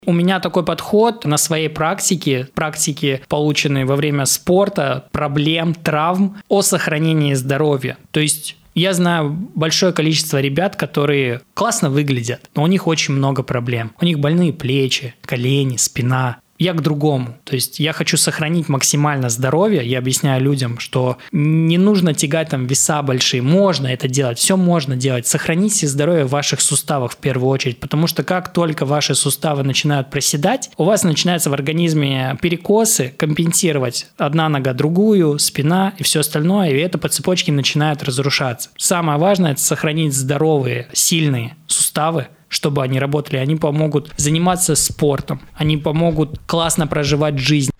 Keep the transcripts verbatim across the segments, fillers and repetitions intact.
У меня такой подход на своей практике, практике, полученной во время спорта, проблем, травм, о сохранении здоровья. То есть я знаю большое количество ребят, которые классно выглядят, но у них очень много проблем. У них больные плечи, колени, спина. Я к другому. То есть я хочу сохранить максимально здоровье. Я объясняю людям, что не нужно тягать там веса большие. Можно это делать, все можно делать. Сохраните здоровье в ваших суставах в первую очередь, потому что как только ваши суставы начинают проседать, у вас начинаются в организме перекосы, компенсировать одна нога другую, спина и все остальное, и это по цепочке начинает разрушаться. Самое важное – это сохранить здоровые, сильные суставы, чтобы они работали, они помогут заниматься спортом, они помогут классно проживать жизнь.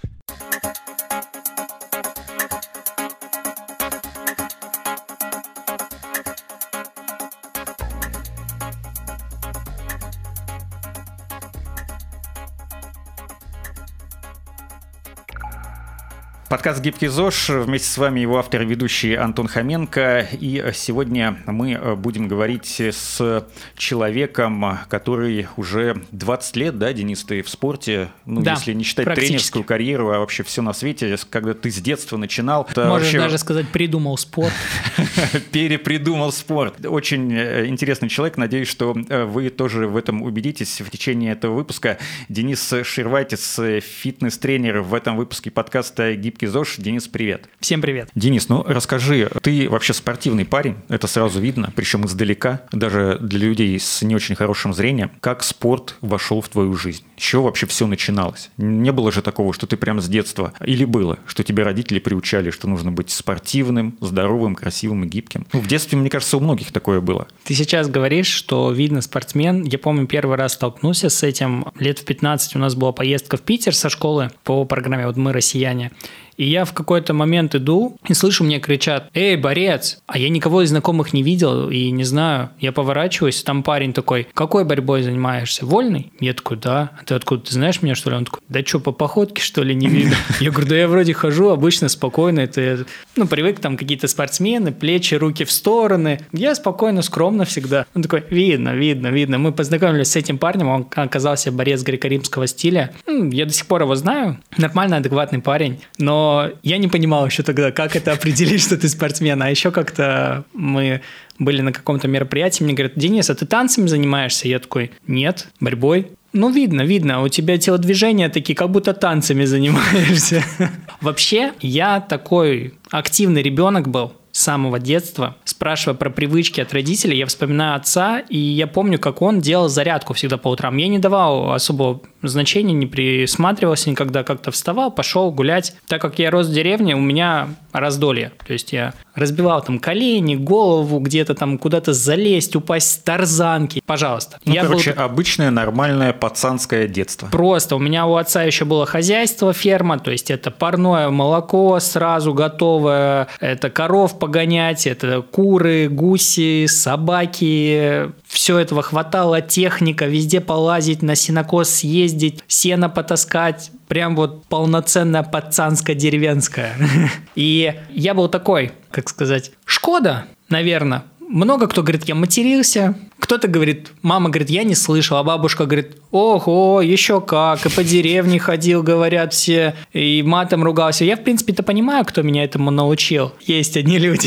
Подкаст «Гибкий ЗОЖ». Вместе с вами его автор и ведущий Антон Хоменко. И сегодня мы будем говорить с человеком, который уже двадцать лет, да, Денис, ты в спорте, ну, да, если не считать тренерскую карьеру, а вообще все на свете, когда ты с детства начинал. Можешь вообще... даже сказать, придумал спорт. Перепридумал спорт. Очень интересный человек. Надеюсь, что вы тоже в этом убедитесь в течение этого выпуска. Денис Ширвайтис, фитнес-тренер, в этом выпуске подкаста «Гибкий ЗОЖ». Денис, привет. Всем привет. Денис, ну расскажи, ты вообще спортивный парень, это сразу видно, причем издалека, даже для людей с не очень хорошим зрением. Как спорт вошел в твою жизнь? С чего вообще все начиналось? Не было же такого, что ты прям с детства, или было, что тебе родители приучали, что нужно быть спортивным, здоровым, красивым и гибким? Ну, в детстве, мне кажется, у многих такое было. Ты сейчас говоришь, что видно спортсмен. Я помню, первый раз столкнулся с этим. Лет в пятнадцать у нас была поездка в Питер со школы по программе «Вот мы, россияне». И я в какой-то момент иду и слышу, мне кричат: «Эй, борец!» А я никого из знакомых не видел и не знаю. Я поворачиваюсь, там парень такой: «Какой борьбой занимаешься? Вольный?» Я такой: «Да». «А ты откуда? Ты знаешь меня, что ли?» Он такой: «Да что, по походке, что ли, не видно?» Я говорю: «Да я вроде хожу обычно, спокойно. Это я, ну, привык, там какие-то спортсмены, плечи, руки в стороны. Я спокойно, скромно всегда». Он такой: «Видно, видно, видно». Мы познакомились с этим парнем, он оказался борец греко-римского стиля. Я до сих пор его знаю. Нормальный, адекватный парень. Но я не понимал еще тогда, как это определить, что ты спортсмен. А еще как-то мы были на каком-то мероприятии, мне говорят: «Денис, а ты танцами занимаешься?» Я такой: «Нет». «Борьбой?» «Ну, видно, видно, у тебя телодвижения такие, как будто танцами занимаешься». Вообще, я такой активный ребенок был с самого детства. Спрашивая про привычки от родителей, я вспоминаю отца, и я помню, как он делал зарядку всегда по утрам. Я не давал особого значения, не присматривался никогда, как-то вставал, пошел гулять. Так как я рос в деревне, у меня раздолье. То есть я разбивал там колени, голову, где-то там куда-то залезть, упасть с тарзанки. Пожалуйста. Ну, я короче, был... обычное, нормальное пацанское детство. Просто. У меня у отца еще было хозяйство, ферма, то есть это парное молоко сразу готовое, это коров погонять, это куры, гуси, собаки. Все этого хватало, техника, везде полазить, на сенокос съездить, сено потаскать. Прям вот полноценная пацанская-деревенская. И я был такой, как сказать, Шкода, наверное. Много кто говорит, я матерился. Кто-то говорит, мама говорит, я не слышал, а бабушка говорит: ого, еще как, и по деревне ходил, говорят все, и матом ругался. Я, в принципе-то, понимаю, кто меня этому научил. Есть одни люди.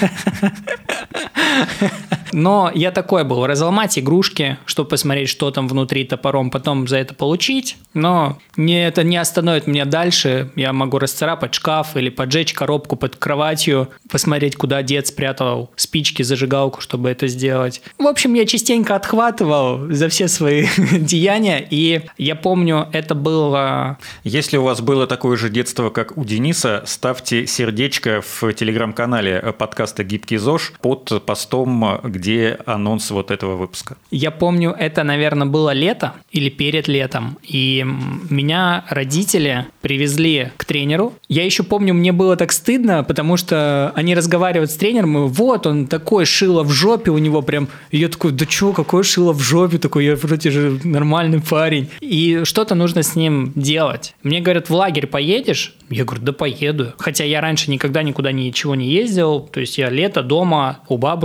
Но я такой был, разломать игрушки, чтобы посмотреть, что там внутри топором, потом за это получить. Но не, это не остановит меня дальше. Я могу расцарапать шкаф или поджечь коробку под кроватью, посмотреть, куда дед спрятал спички, зажигалку, чтобы это сделать. В общем, я частенько отхватывал за все свои деяния, и я помню, это было... Если у вас было такое же детство, как у Дениса, ставьте сердечко в телеграм-канале подкаста «Гибкий ЗОЖ» под постом, где анонс вот этого выпуска. Я помню, это, наверное, было лето или перед летом, и меня родители привезли к тренеру. Я еще помню, мне было так стыдно, потому что они разговаривают с тренером, и вот он такой, шило в жопе у него прям. И я такой: да чё, какое шило в жопе такой, я вроде же нормальный парень. И что-то нужно с ним делать. Мне говорят: в лагерь поедешь? Я говорю: да поеду. Хотя я раньше никогда никуда ничего не ездил, то есть я лето дома у бабушки,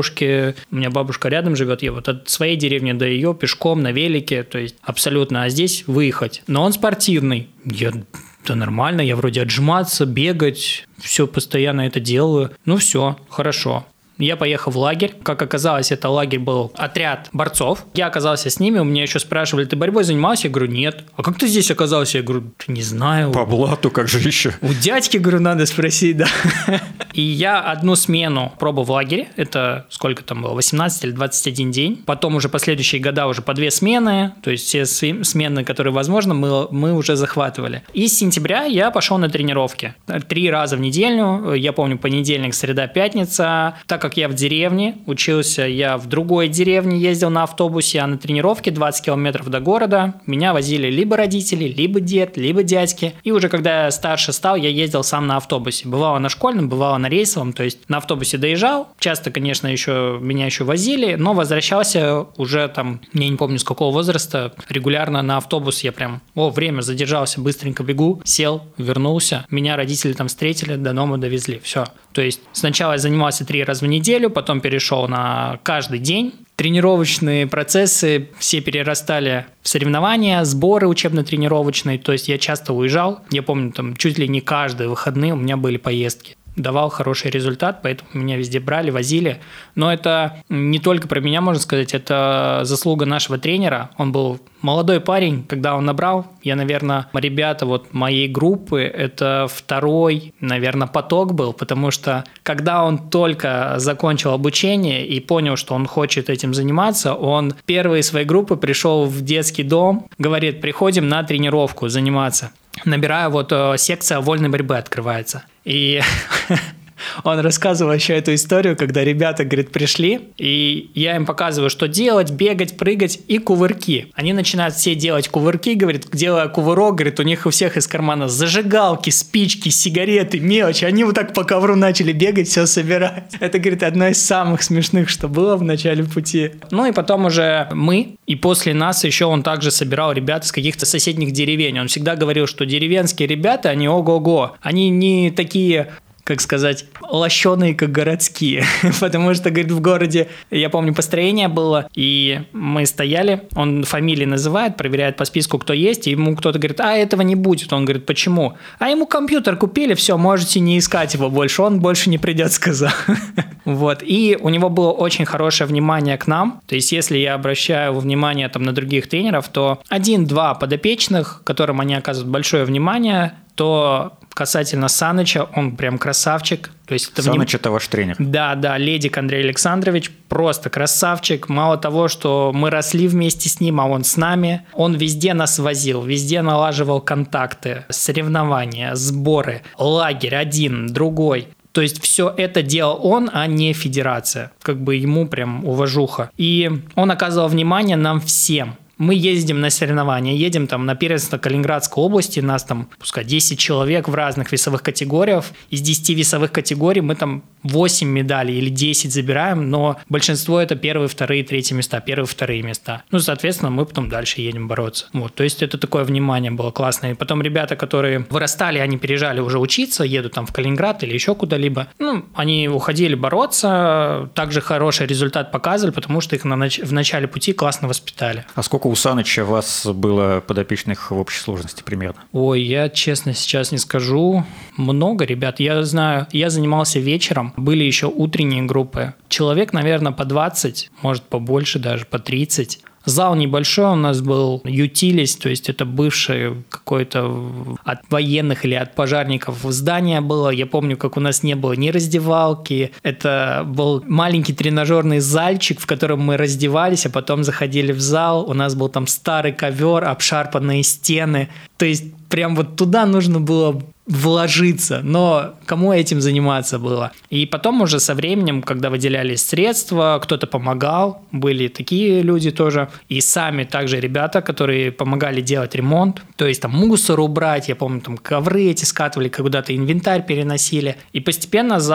бабушки, у меня бабушка рядом живет, я вот от своей деревни до ее пешком, на велике, то есть абсолютно, а здесь выехать. Но он спортивный. Я... Да нормально, я вроде отжиматься, бегать, все постоянно это делаю. Ну все, хорошо. Я поехал в лагерь. Как оказалось, это лагерь был отряд борцов. Я оказался с ними, у меня еще спрашивали, ты борьбой занимался? Я говорю, нет. А как ты здесь оказался? Я говорю, не знаю. По блату, как же еще? У дядьки, говорю, надо спросить, да. И я одну смену пробовал в лагере. Это сколько там было? восемнадцать или двадцать один день. Потом уже последующие года уже по две смены. То есть все смены, которые возможно, мы, мы уже захватывали. И с сентября я пошел на тренировки. Три раза в неделю. Я помню, понедельник, среда, пятница. Так как я в деревне, учился я в другой деревне, ездил на автобусе, а на тренировке двадцать километров до города меня возили либо родители, либо дед, либо дядьки. И уже когда я старше стал, я ездил сам на автобусе. Бывало на школьном, бывало на рейсовом, то есть на автобусе доезжал. Часто, конечно, еще меня еще возили, но возвращался уже там, я не помню с какого возраста, регулярно на автобус я прям, о, время задержался, быстренько бегу, сел, вернулся. Меня родители там встретили, до дома довезли, все. То есть сначала я занимался три раза в неделю, потом перешел на каждый день. Тренировочные процессы все перерастали в соревнования, сборы учебно-тренировочные, то есть я часто уезжал. Я помню, там чуть ли не каждые выходные у меня были поездки. Давал хороший результат, поэтому меня везде брали, возили. Но это не только про меня, можно сказать, это заслуга нашего тренера. Он был молодой парень, когда он набрал. Я, наверное, ребята вот моей группы, это второй, наверное, поток был, потому что когда он только закончил обучение и понял, что он хочет этим заниматься, он первый из своей группы пришел в детский дом, говорит, приходим на тренировку заниматься. Набираю, вот секция вольной борьбы открывается. И он рассказывал еще эту историю, когда ребята, говорит, пришли, и я им показываю, что делать, бегать, прыгать и кувырки. Они начинают все делать кувырки, говорит, делая кувырок, говорит, у них у всех из кармана зажигалки, спички, сигареты, мелочи. Они вот так по ковру начали бегать, все собирать. Это, говорит, одно из самых смешных, что было в начале пути. Ну и потом уже мы, и после нас еще он также собирал ребят из каких-то соседних деревень. Он всегда говорил, что деревенские ребята, они ого-го, они не такие... как сказать, лощеные, как городские. Потому что, говорит, в городе, я помню, построение было, и мы стояли, он фамилии называет, проверяет по списку, кто есть, и ему кто-то говорит, а этого не будет. Он говорит, почему? А ему компьютер купили, все, можете не искать его больше, он больше не придет, сказал. Вот. И у него было очень хорошее внимание к нам. То есть, если я обращаю внимание там, на других тренеров, то один-два подопечных, которым они оказывают большое внимание, то касательно Саныча, он прям красавчик. То есть это Саныч вним... – это ваш тренер? Да, да, Ледик Андрей Александрович просто красавчик. Мало того, что мы росли вместе с ним, а он с нами. Он везде нас возил, везде налаживал контакты, соревнования, сборы, лагерь один, другой. То есть все это делал он, а не федерация. Как бы ему прям уважуха. И он оказывал внимание нам всем. Мы ездим на соревнования, едем там на первенство Калининградской области, нас там, пускай, десять человек в разных весовых категориях. Из десяти весовых категорий мы там восемь медалей или десять забираем, но большинство это первые, вторые, третьи места, первые, вторые места. Ну, соответственно, мы потом дальше едем бороться. Вот, то есть это такое внимание было классное. И потом ребята, которые вырастали, они переезжали уже учиться, едут там в Калининград или еще куда-либо. Ну, они уходили бороться, также хороший результат показывали, потому что их на нач... в начале пути классно воспитали. А сколько у Саныча вас было подопечных в общей сложности примерно? Ой, я честно сейчас не скажу. Много, ребят. Я знаю, я занимался вечером, были еще утренние группы. Человек, наверное, по двадцать, может, побольше даже, по тридцать. Зал небольшой у нас был, ютились, то есть это бывшее какое-то от военных или от пожарников здание было. Я помню, как у нас не было ни раздевалки. Это был маленький тренажерный зальчик, в котором мы раздевались, а потом заходили в зал. У нас был там старый ковер, обшарпанные стены. То есть прям вот туда нужно было вложиться, но кому этим заниматься было? И потом уже со временем, когда выделялись средства, кто-то помогал, были такие люди тоже, и сами также ребята, которые помогали делать ремонт, то есть там мусор убрать, я помню, там ковры эти скатывали, куда-то инвентарь переносили, и постепенно зал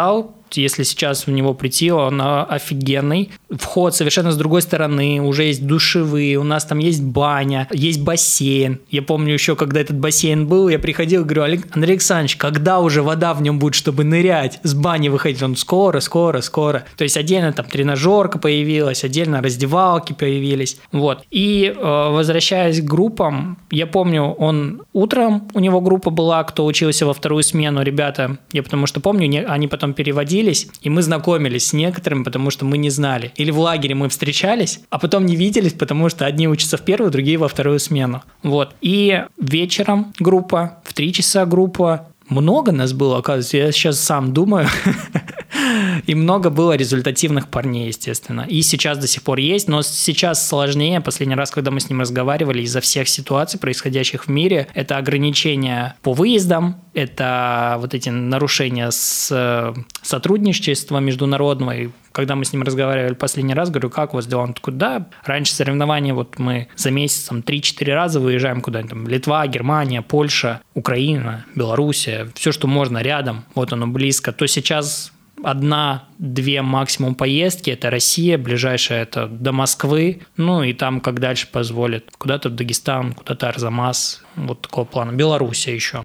если сейчас в него прийти, он офигенный. Вход совершенно с другой стороны, уже есть душевые, у нас там есть баня, есть бассейн. Я помню еще, когда этот бассейн был, я приходил и говорю: Андрей Александрович, когда уже вода в нем будет, чтобы нырять, с бани выходить? Он: скоро, скоро, скоро. То есть отдельно там тренажерка появилась, отдельно раздевалки появились. Вот. И э, возвращаясь к группам, я помню, он утром, у него группа была, кто учился во вторую смену, ребята, я потому что помню, не, они потом переводились, и мы знакомились с некоторыми, потому что мы не знали. Или в лагере мы встречались, а потом не виделись, потому что одни учатся в первую, другие во вторую смену. Вот. И вечером группа, в три часа группа. Много нас было, оказывается, я сейчас сам думаю. И много было результативных парней, естественно. И сейчас до сих пор есть, но сейчас сложнее. Последний раз, когда мы с ним разговаривали, из-за всех ситуаций, происходящих в мире, это ограничения по выездам, это вот эти нарушения с сотрудничества международного. И когда мы с ним разговаривали последний раз, говорю: как у вас дела? Он такой: да, раньше соревнования, вот мы за месяц там три-четыре раза выезжаем куда-нибудь, там Литва, Германия, Польша, Украина, Белоруссия, все, что можно рядом, вот оно близко, то сейчас одна-две максимум поездки, это Россия, ближайшая это до Москвы, ну и там как дальше позволит, куда-то в Дагестан, куда-то Арзамас, вот такого плана, Белоруссия еще.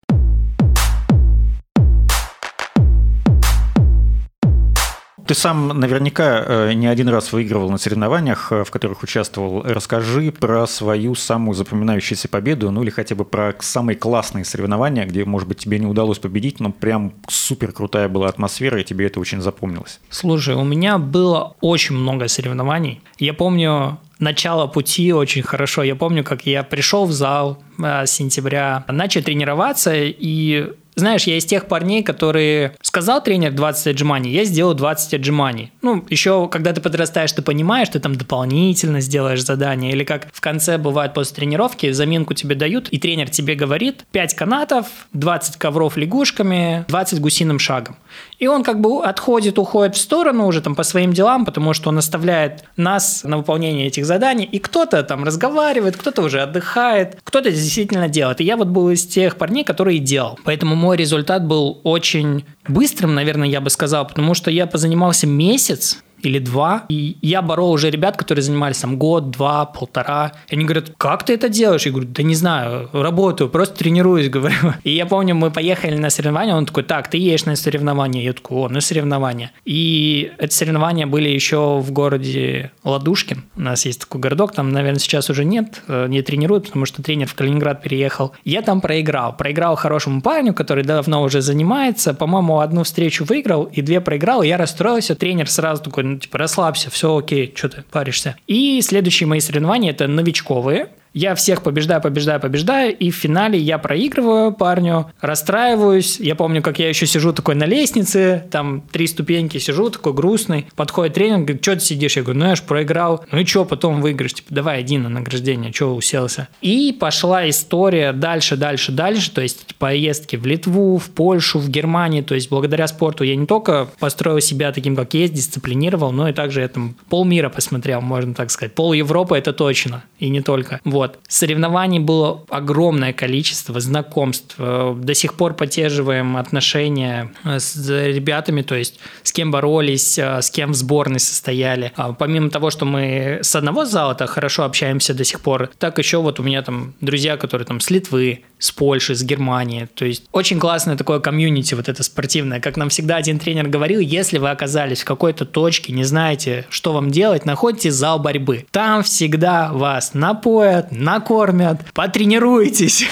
Ты сам наверняка не один раз выигрывал на соревнованиях, в которых участвовал. Расскажи про свою самую запоминающуюся победу, ну или хотя бы про самые классные соревнования, где, может быть, тебе не удалось победить, но прям супер крутая была атмосфера, и тебе это очень запомнилось. Слушай, у меня было очень много соревнований. Я помню начало пути очень хорошо. Я помню, как я пришел в зал с сентября, начал тренироваться, и знаешь, я из тех парней, которые сказал тренер двадцать отжиманий, я сделал двадцать отжиманий. Ну, еще когда ты подрастаешь, ты понимаешь, ты там дополнительно сделаешь задание. Или как в конце бывает после тренировки, заминку тебе дают, и тренер тебе говорит: пять канатов, двадцать ковров лягушками, двадцать гусиным шагом. И он как бы отходит, уходит в сторону уже там по своим делам, потому что он оставляет нас на выполнение этих заданий, и кто-то там разговаривает, кто-то уже отдыхает, кто-то действительно делает. И я вот был из тех парней, которые делал. Поэтому мой результат был очень быстрым, наверное, я бы сказал, потому что я позанимался месяц или два, и я борол уже ребят, которые занимались там год, два, полтора. И они говорят: как ты это делаешь? Я говорю: да не знаю, работаю, просто тренируюсь, говорю. И я помню, мы поехали на соревнования, он такой: так, ты едешь на соревнования? Я такой: о, на соревнования. И эти соревнования были еще в городе Ладушкин. У нас есть такой городок, там, наверное, сейчас уже нет, не тренируют, потому что тренер в Калининград переехал. Я там проиграл. Проиграл хорошему парню, который давно уже занимается. По-моему, одну встречу выиграл и две проиграл, и я расстроился. Тренер сразу такой: типа, расслабься, все окей, что ты паришься. И следующие мои соревнования – это новичковые. Я всех побеждаю, побеждаю, побеждаю, и в финале я проигрываю парню, расстраиваюсь. Я помню, как я еще сижу такой на лестнице, там три ступеньки сижу, такой грустный. Подходит тренер, говорит: что ты сидишь? Я говорю: ну я ж проиграл. Ну и что, потом выиграешь? Типа, давай, иди на награждение, что уселся? И пошла история дальше, дальше, дальше. То есть поездки в Литву, в Польшу, в Германию. То есть благодаря спорту я не только построил себя таким, как есть, дисциплинировал, но и также я там полмира посмотрел, можно так сказать. Пол Европы это точно, и не только. Вот. Вот. Соревнований было огромное количество, знакомств. До сих пор поддерживаем отношения с ребятами, то есть с кем боролись, с кем в сборной состояли. Помимо того, что мы с одного зала-то хорошо общаемся до сих пор, так еще вот у меня там друзья, которые там с Литвы, с Польши, с Германии. То есть очень классное такое комьюнити вот это спортивное. Как нам всегда один тренер говорил: если вы оказались в какой-то точке, не знаете, что вам делать, находите зал борьбы. Там всегда вас напоят, накормят, потренируйтесь,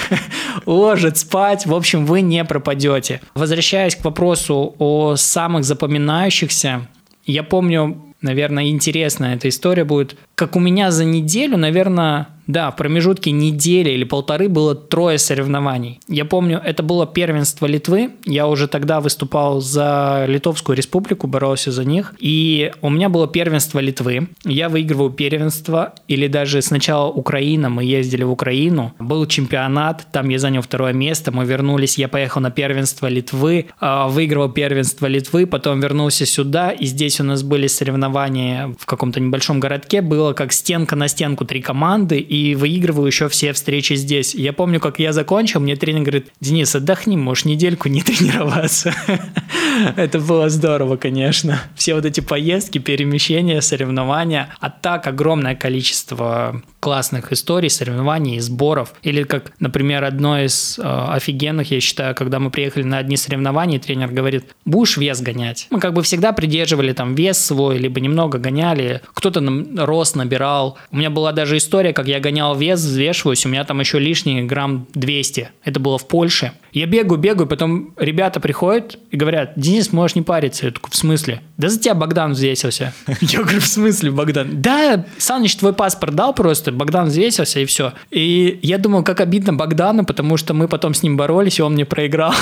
ложат спать. В общем, вы не пропадете. Возвращаясь к вопросу о самых запоминающихся, я помню, наверное, интересная эта история будет. Как у меня за неделю, наверное, да, в промежутке недели или полторы было трое соревнований. Я помню, это было первенство Литвы. Я уже тогда выступал за Литовскую республику, боролся за них. И у меня было первенство Литвы. Я выигрывал первенство. Или даже сначала Украина. Мы ездили в Украину. Был чемпионат. Там я занял второе место. Мы вернулись. Я поехал на первенство Литвы. Выигрывал первенство Литвы. Потом вернулся сюда. И здесь у нас были соревнования в каком-то небольшом городке. Было как стенка на стенку три команды. и выигрываю еще все встречи здесь. Я помню, как я закончил, мне тренер говорит: Денис, отдохни, можешь недельку не тренироваться. Это было здорово, конечно. Все вот эти поездки, перемещения, соревнования, а так огромное количество классных историй, соревнований, сборов. Или как, например, одно из э, офигенных, я считаю, когда мы приехали на одни соревнования, тренер говорит: будешь вес гонять? Мы как бы всегда придерживали там вес свой, либо немного гоняли, кто-то нам рост набирал. У меня была даже история, как я гонял вес, взвешиваюсь, у меня там еще лишние грамм двести. Это было в Польше. Я бегаю, бегаю, потом ребята приходят и говорят: Денис, можешь не париться. Я такой: в смысле? Да за тебя Богдан взвесился. Я говорю: в смысле Богдан? Да, Саныч твой паспорт дал просто, Богдан взвесился и все. И я думал, как обидно Богдану, потому что мы потом с ним боролись, и он мне проиграл.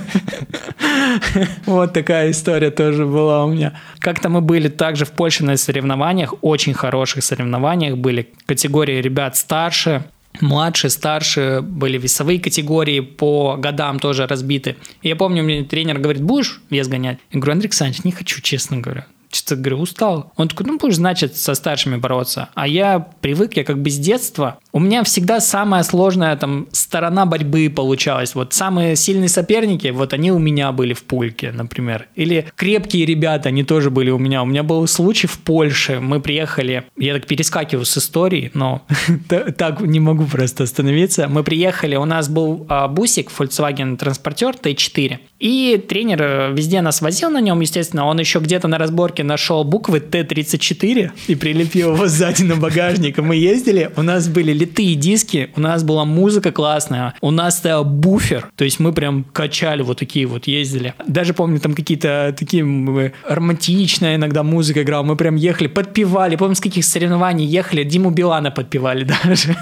Вот такая история тоже была у меня. Как-то мы были также в Польше на соревнованиях, очень хороших соревнованиях были категории ребят старше, младше, старше, были весовые категории, по годам тоже разбиты. И я помню, мне тренер говорит: будешь вес гонять? Я говорю: Андрей Александрович, не хочу, честно говоря. Что-то, говорю, устал. Он такой: ну, будешь, значит, со старшими бороться. А я привык, я как бы с детства. У меня всегда самая сложная там сторона борьбы получалась. Вот самые сильные соперники, вот они у меня были в пульке, например. Или крепкие ребята, они тоже были у меня. У меня был случай в Польше. Мы приехали, я так перескакиваю с истории, но так не могу просто остановиться. Мы приехали, у нас был бусик, Volkswagen транспортер Т четыре. И тренер везде нас возил на нем, естественно. Он еще где-то на разборке нашел буквы Т тридцать четыре и прилепил его сзади на багажник. И мы ездили, у нас были литые диски, у нас была музыка классная, у нас стоял буфер, то есть мы прям качали вот такие вот, ездили. Даже помню, там какие-то такие романтичная иногда музыка играла, мы прям ехали, подпевали, помню, с каких соревнований ехали, Диму Билана подпевали даже.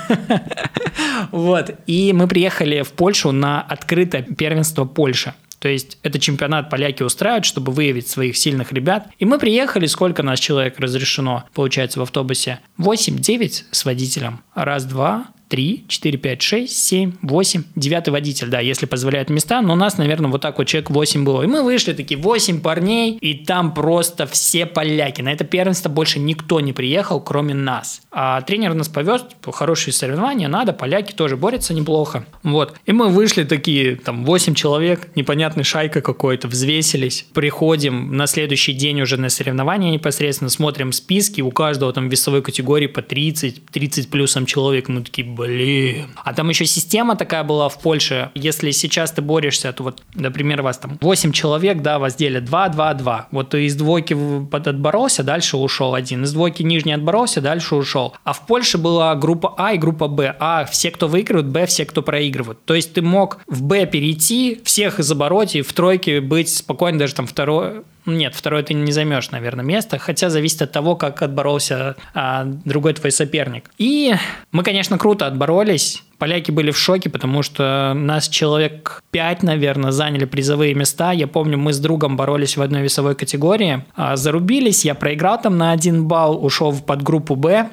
Вот, и мы приехали в Польшу на открытое первенство Польши. То есть это чемпионат поляки устраивают, чтобы выявить своих сильных ребят. И мы приехали, сколько нас человек разрешено, получается, в автобусе? восемь-девять с водителем. Раз, два, три, четыре, пять, шесть, семь, восемь, девятый водитель, да, если позволяют места, но у нас, наверное, вот так вот человек восемь было. И мы вышли такие восемь парней, и там просто все поляки. На это первенство больше никто не приехал, кроме нас. А тренер нас повез, хорошие соревнования, надо, поляки тоже борются неплохо. Вот. И мы вышли такие, там, восемь человек, непонятная шайка какой-то, взвесились, приходим на следующий день уже на соревнования непосредственно, смотрим списки, у каждого там весовой категории по тридцать, тридцать плюсом человек, мы такие: блин. А там еще система такая была в Польше. Если сейчас ты борешься, то вот, например, вас там восемь человек, да, вас делят два, два, два. Вот ты из двойки отборолся, дальше ушел один. Из двойки нижний отборолся, дальше ушел. А в Польше была группа А и группа Б. А все, кто выигрывают, Б все, кто проигрывают. То есть ты мог в Б перейти, всех забороть и в тройке быть спокойно, даже там второй... Нет, второй ты не займешь, наверное, место, хотя зависит от того, как отборолся а, другой твой соперник. И мы, конечно, круто отборолись. Поляки были в шоке, потому что нас человек пять, наверное, заняли призовые места. Я помню, мы с другом боролись в одной весовой категории. А, зарубились, я проиграл там на один балл, ушел в подгруппу Б.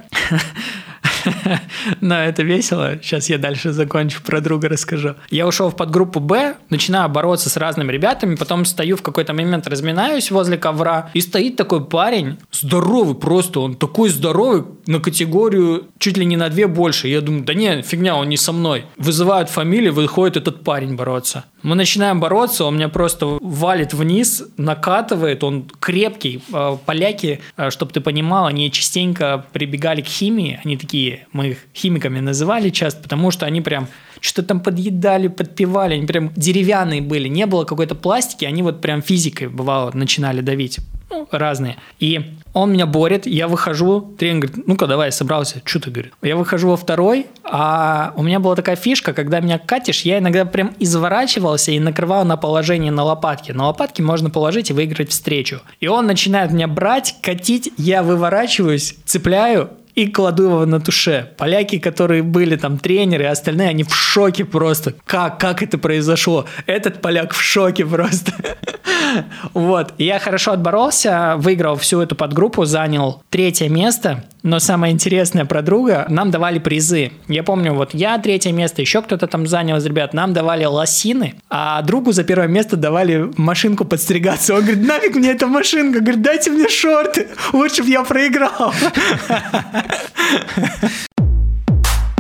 Но это весело. Сейчас я дальше закончу, про друга расскажу. Я ушел в подгруппу Б, начинаю бороться с разными ребятами, потом стою в какой-то момент, разминаюсь возле ковра, и стоит такой парень, здоровый просто, он такой здоровый, на категорию чуть ли не на две больше. Я думаю: да не, фигня, он не со мной. Вызывают фамилию, выходит этот парень бороться. Мы начинаем бороться, он меня просто валит вниз, накатывает, он крепкий. Поляки, чтобы ты понимал, они частенько прибегали к химии, они такие, мы их химиками называли часто, потому что они прям что-то там подъедали, подпевали, они прям деревянные были, не было какой-то пластики, они вот прям физикой, бывало, начинали давить. Ну, разные. И он меня борет, я выхожу, тренер говорит: ну-ка, давай, собрался, что ты, говорит. Я выхожу во второй, а у меня была такая фишка, когда меня катишь, я иногда прям изворачивался и накрывал на положение на лопатки. На лопатки можно положить и выиграть встречу. И он начинает меня брать, катить, я выворачиваюсь, цепляю и кладу его на туше. Поляки, которые были там тренеры, остальные, они в шоке просто. Как, как это произошло? Этот поляк в шоке просто. Вот. И я хорошо отборолся, выиграл всю эту подгруппу, занял третье место. Но самое интересное про друга, нам давали призы. Я помню, вот я третье место, еще кто-то там занял из ребят, нам давали лосины, а другу за первое место давали машинку подстригаться. Он говорит: нафиг мне эта машинка? Говорит: дайте мне шорты, лучше бы я проиграл.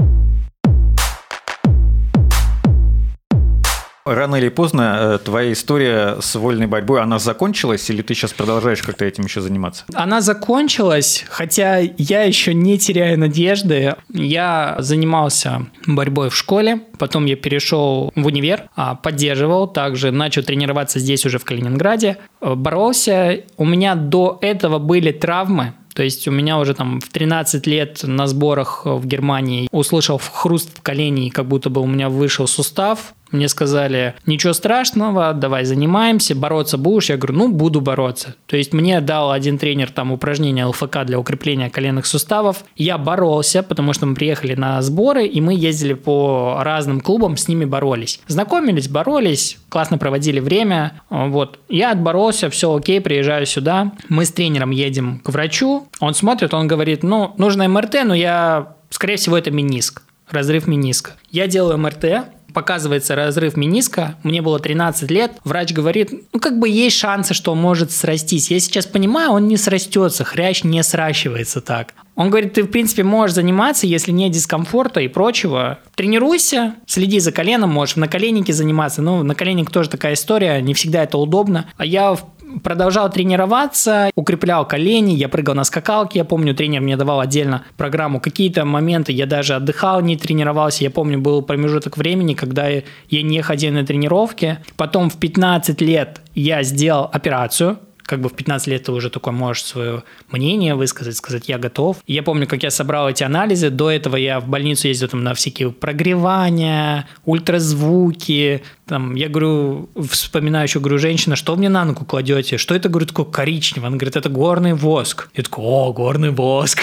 Рано или поздно твоя история с вольной борьбой, она закончилась, или ты сейчас продолжаешь как-то этим еще заниматься? Она закончилась, хотя я еще не теряю надежды. Я занимался борьбой в школе, потом я перешел в универ, поддерживал, также начал тренироваться здесь уже в Калининграде, боролся. У меня до этого были травмы. То есть у меня уже там в тринадцать лет на сборах в Германии услышал хруст в колене, как будто бы у меня вышел сустав. Мне сказали, ничего страшного, давай занимаемся, бороться будешь? Я говорю, ну, буду бороться. То есть мне дал один тренер там упражнения эл эф ка для укрепления коленных суставов. Я боролся, потому что мы приехали на сборы, и мы ездили по разным клубам, с ними боролись. Знакомились, боролись, классно проводили время. Вот. Я отборолся, все окей, приезжаю сюда. Мы с тренером едем к врачу. Он смотрит, он говорит, ну, нужно эм эр тэ, но я, скорее всего, это мениск, разрыв мениска. Я делаю эм эр тэ, показывается разрыв мениска, мне было тринадцать лет, врач говорит, ну как бы есть шансы, что он может срастись. Я сейчас понимаю, он не срастется, хрящ не сращивается так. Он говорит, ты в принципе можешь заниматься, если нет дискомфорта и прочего. Тренируйся, следи за коленом, можешь в наколеннике заниматься. Ну, наколенник тоже такая история, не всегда это удобно. А я продолжал тренироваться, укреплял колени, я прыгал на скакалке, я помню, тренер мне давал отдельно программу. Какие-то моменты я даже отдыхал, не тренировался. Я помню, был промежуток времени, когда я не ходил на тренировки. Потом в пятнадцать лет я сделал операцию. Как бы в пятнадцать лет ты уже такое можешь свое мнение высказать, сказать, я готов. И я помню, как я собрал эти анализы. До этого я в больницу ездил там на всякие прогревания, ультразвуки. Там, я говорю, вспоминаю еще, говорю, женщина, что мне на ногу кладете? Что это, говорю, такое коричневое? Она говорит, это горный воск. Я такой, о, горный воск.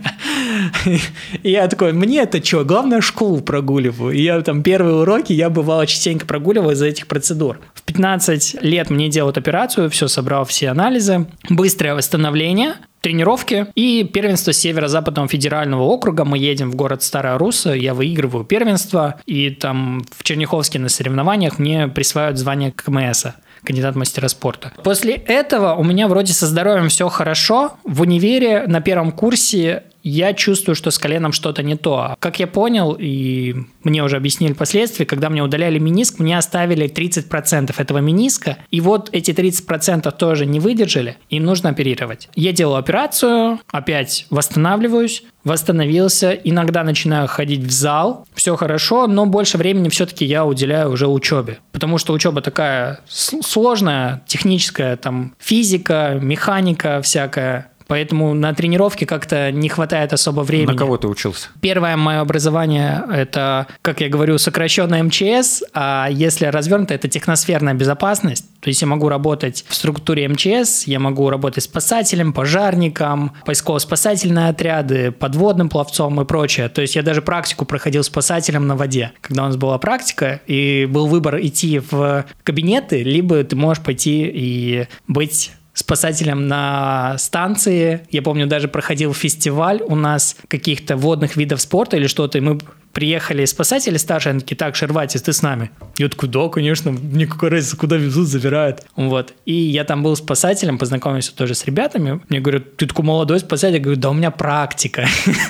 И я такой, мне это что? Главное, школу прогуливаю. И я там первые уроки, я бывало частенько прогуливал из-за этих процедур. В пятнадцать лет мне делают операцию, все, собрал все анализы, быстрое восстановление, тренировки и первенство Северо-Западного федерального округа. Мы едем в город Старая Русса, я выигрываю первенство, и там в Черняховске на соревнованиях мне присваивают звание ка эм эса. Кандидат мастера спорта. После этого у меня вроде со здоровьем все хорошо. В универе на первом курсе я чувствую, что с коленом что-то не то. Как я понял, и мне уже объяснили впоследствии, когда мне удаляли мениск, мне оставили тридцать процентов этого мениска, и вот эти тридцать процентов тоже не выдержали, и нужно оперировать. Я делаю операцию, опять восстанавливаюсь, восстановился, иногда начинаю ходить в зал, все хорошо, но больше времени все-таки я уделяю уже учебе, потому что учеба такая сложная, техническая, там физика, механика всякая. Поэтому на тренировке как-то не хватает особо времени. На кого ты учился? Первое мое образование – это, как я говорю, сокращенное эм че эс, а если развернуто, это техносферная безопасность. То есть я могу работать в структуре эм че эс, я могу работать спасателем, пожарником, поисково-спасательные отряды, подводным пловцом и прочее. То есть я даже практику проходил спасателем на воде. Когда у нас была практика, и был выбор идти в кабинеты, либо ты можешь пойти и быть спасателем на станции. Я помню, даже проходил фестиваль у нас каких-то водных видов спорта или что-то, и мы приехали спасатели старшие, они такие, так, Шерватис, ты с нами? Я такой, да, конечно, никакой разницы, куда везут, забирают. Вот. И я там был спасателем, познакомился тоже с ребятами. Мне говорят, ты такой молодой спасатель? Я говорю, да у меня практика.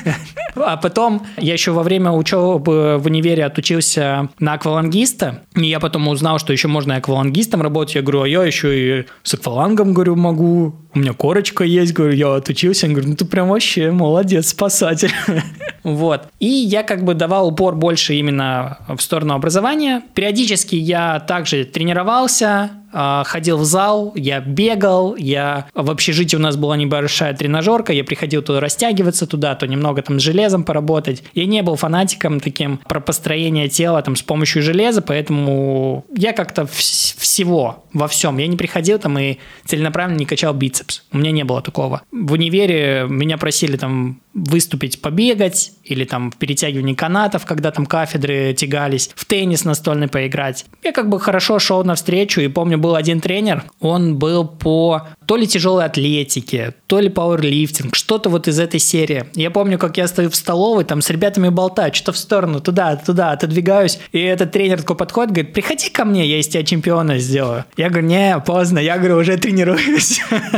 А потом я еще во время учебы в универе отучился на аквалангиста, и я потом узнал, что еще можно аквалангистом работать. Я говорю, а я еще и с аквалангом, говорю, могу. У меня корочка есть, говорю, я отучился. Я говорю, ну ты прям вообще молодец, спасатель. Вот. И я как бы давал упор больше именно в сторону образования. Периодически я также тренировался, ходил в зал, я бегал, я в общежитии у нас была небольшая тренажерка, я приходил туда растягиваться туда, то немного там с железом поработать. Я не был фанатиком таким про построение тела там с помощью железа, поэтому я как-то в- всего, во всем. Я не приходил там и целенаправленно не качал бицепс. У меня не было такого. В универе меня просили там выступить, побегать, или там в перетягивании канатов, когда там кафедры тягались, в теннис настольный поиграть. Я как бы хорошо шел навстречу, и помню, был один тренер, он был по то ли тяжелой атлетике, то ли пауэрлифтинг, что-то вот из этой серии. Я помню, как я стою в столовой, там с ребятами болтаю, что-то в сторону, туда, туда, отодвигаюсь, и этот тренер такой подходит, говорит, приходи ко мне, я из тебя чемпиона сделаю. Я говорю, не, поздно, я говорю, уже тренируюсь.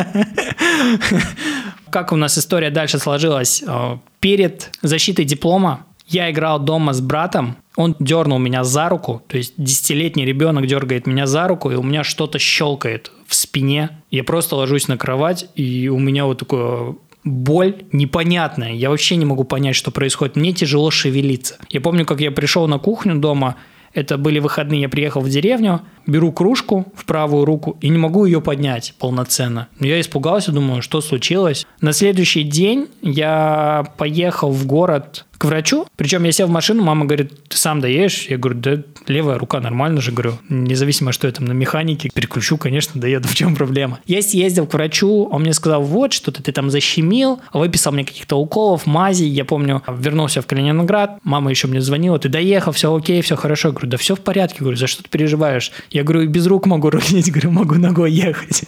Как у нас история дальше сложилась? Перед защитой диплома я играл дома с братом Он дернул меня за руку, то есть десятилетний ребенок дергает меня за руку, и у меня что-то щелкает в спине. Я просто ложусь на кровать, и у меня вот такое... боль непонятная. Я вообще не могу понять, что происходит. Мне тяжело шевелиться. Я помню, как я пришел на кухню дома. Это были выходные, я приехал в деревню, беру кружку в правую руку и не могу ее поднять полноценно. Я испугался, думаю, что случилось. На следующий день я поехал в город к врачу, причем я сел в машину, мама говорит, ты сам доедешь? Я говорю, да левая рука нормально же, говорю, независимо, что я там на механике, переключу, конечно, доеду, в чем проблема. Я съездил к врачу, он мне сказал, вот, что-то ты там защемил, выписал мне каких-то уколов, мазей, я помню, вернулся в Калининград, мама еще мне звонила, ты доехал, все окей, все хорошо, я говорю, да все в порядке, говорю, за что ты переживаешь? Я говорю, без рук могу рулить, говорю, могу ногой ехать.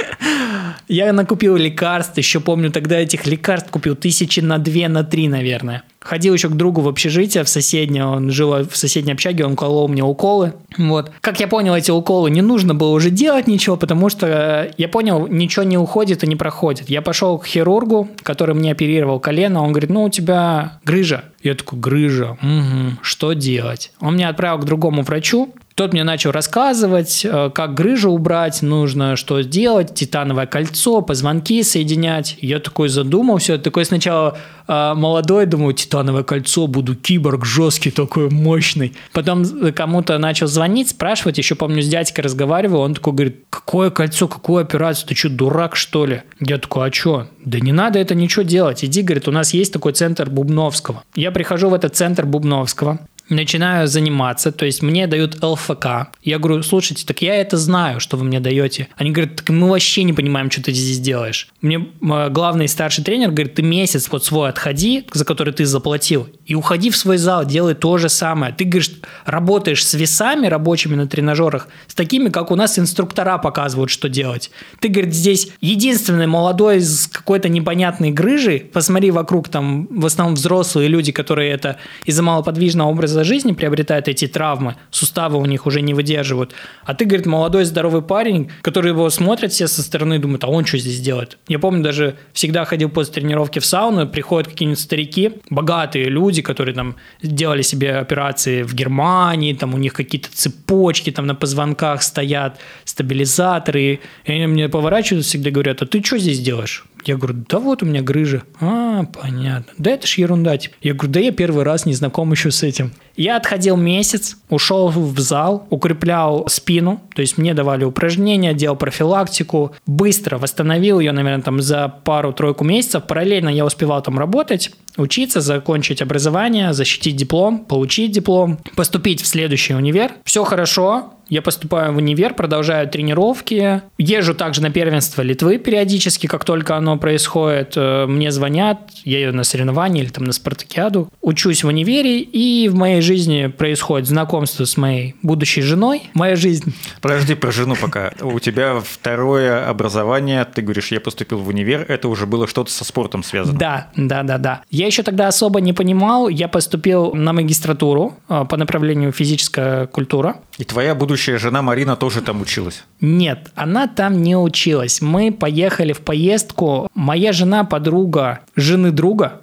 Я накупил лекарств, еще помню, тогда этих лекарств купил тысячи на две, на три, наверное. Ходил еще к другу в общежитие, в соседнее, он жил в соседней общаге, он колол мне уколы. Вот. Как я понял, эти уколы не нужно было уже делать ничего, потому что я понял, ничего не уходит и не проходит. Я пошел к хирургу, который мне оперировал колено, он говорит, ну у тебя грыжа. Я такой, грыжа, угу, что делать? Он меня отправил к другому врачу. Тот мне начал рассказывать, как грыжу убрать нужно, что сделать, титановое кольцо, позвонки соединять. Я такой задумался, такой сначала э, молодой, думаю, титановое кольцо, буду киборг жесткий, такой мощный. Потом кому-то начал звонить, спрашивать, еще помню, с дядькой разговаривал, он такой говорит, какое кольцо, какую операцию, ты что, дурак что ли? Я такой, а что? Да не надо это ничего делать, иди, говорит, у нас есть такой центр Бубновского. Я прихожу в этот центр Бубновского, начинаю заниматься, то есть мне дают эл эф ка. Я говорю, слушайте, так я это знаю, что вы мне даете. Они говорят, так мы вообще не понимаем, что ты здесь делаешь. Мне главный старший тренер говорит, ты месяц вот свой отходи, за который ты заплатил, и уходи в свой зал, делай то же самое. Ты, говоришь, работаешь с весами рабочими на тренажерах, с такими, как у нас инструктора показывают, что делать. Ты, говорит, здесь единственный молодой с какой-то непонятной грыжей, посмотри вокруг, там в основном взрослые люди, которые это из-за малоподвижного образа жизни приобретают эти травмы, суставы у них уже не выдерживают. А ты, говорит, молодой здоровый парень, который его смотрят все со стороны и думают, а он что здесь делает? Я помню, даже всегда ходил после тренировки в сауну, приходят какие-нибудь старики, богатые люди, которые там делали себе операции в Германии, там у них какие-то цепочки там на позвонках стоят, стабилизаторы. И они мне поворачиваются, всегда говорят, а ты что здесь делаешь? Я говорю, да вот у меня грыжа. А, понятно. Да это ж ерунда. Типа. Я говорю, да я первый раз не знаком еще с этим. Я отходил месяц, ушел в зал, укреплял спину, то есть мне давали упражнения, делал профилактику, быстро восстановил ее, наверное, там за пару-тройку месяцев. Параллельно я успевал там работать, учиться, закончить образование, защитить диплом, получить диплом, поступить в следующий универ. Все хорошо. Я поступаю в универ, продолжаю тренировки, езжу также на первенство Литвы периодически, как только оно происходит, мне звонят, я еду на соревнования или там на спартакиаду, учусь в универе, и в моей жизни происходит знакомство с моей будущей женой, моя жизнь. Подожди про жену пока. У тебя второе образование, ты говоришь, я поступил в универ, это уже было что-то со спортом связано. Да, да, да, да. Я еще тогда особо не понимал, я поступил на магистратуру по направлению физическая культура. И твоя будущая жена Марина тоже там училась? Нет, она там не училась. Мы поехали в поездку. Моя жена подруга жены друга.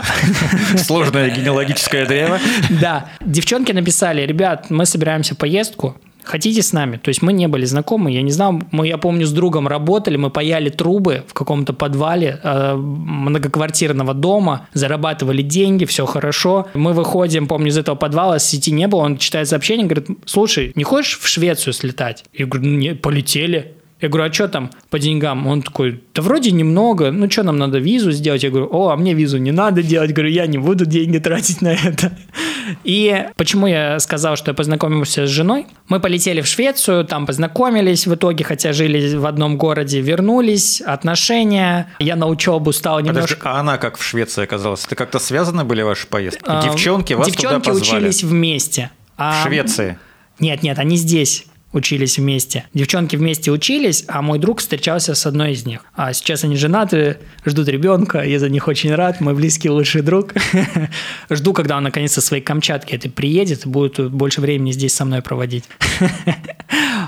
Сложное генеалогическое древо. Да. Девчонки написали, ребят, мы собираемся в поездку. Хотите с нами? То есть мы не были знакомы, я не знал, мы, я помню, с другом работали, мы паяли трубы в каком-то подвале э, многоквартирного дома, зарабатывали деньги, все хорошо. Мы выходим, помню, из этого подвала, сети не было, он читает сообщение, говорит, слушай, не хочешь в Швецию слетать? Я говорю, не, полетели. Я говорю, а что там по деньгам? Он такой, да вроде немного, ну что нам надо визу сделать? Я говорю, о, а мне визу не надо делать, говорю, я не буду деньги тратить на это. И почему я сказал, что я познакомился с женой? Мы полетели в Швецию, там познакомились в итоге, хотя жили в одном городе, вернулись, отношения, я на учебу стал немножко... Подожди, а она как в Швеции оказалась? Это как-то связаны были ваши поездки? Девчонки вас Девчонки туда позвали? Девчонки учились вместе. В Швеции? Нет, нет, они здесь учились вместе. Девчонки вместе учились, а мой друг встречался с одной из них. А сейчас они женаты, ждут ребенка, я за них очень рад, мой близкий лучший друг. Жду, когда он наконец-то своей Камчатки это приедет и будет больше времени здесь со мной проводить.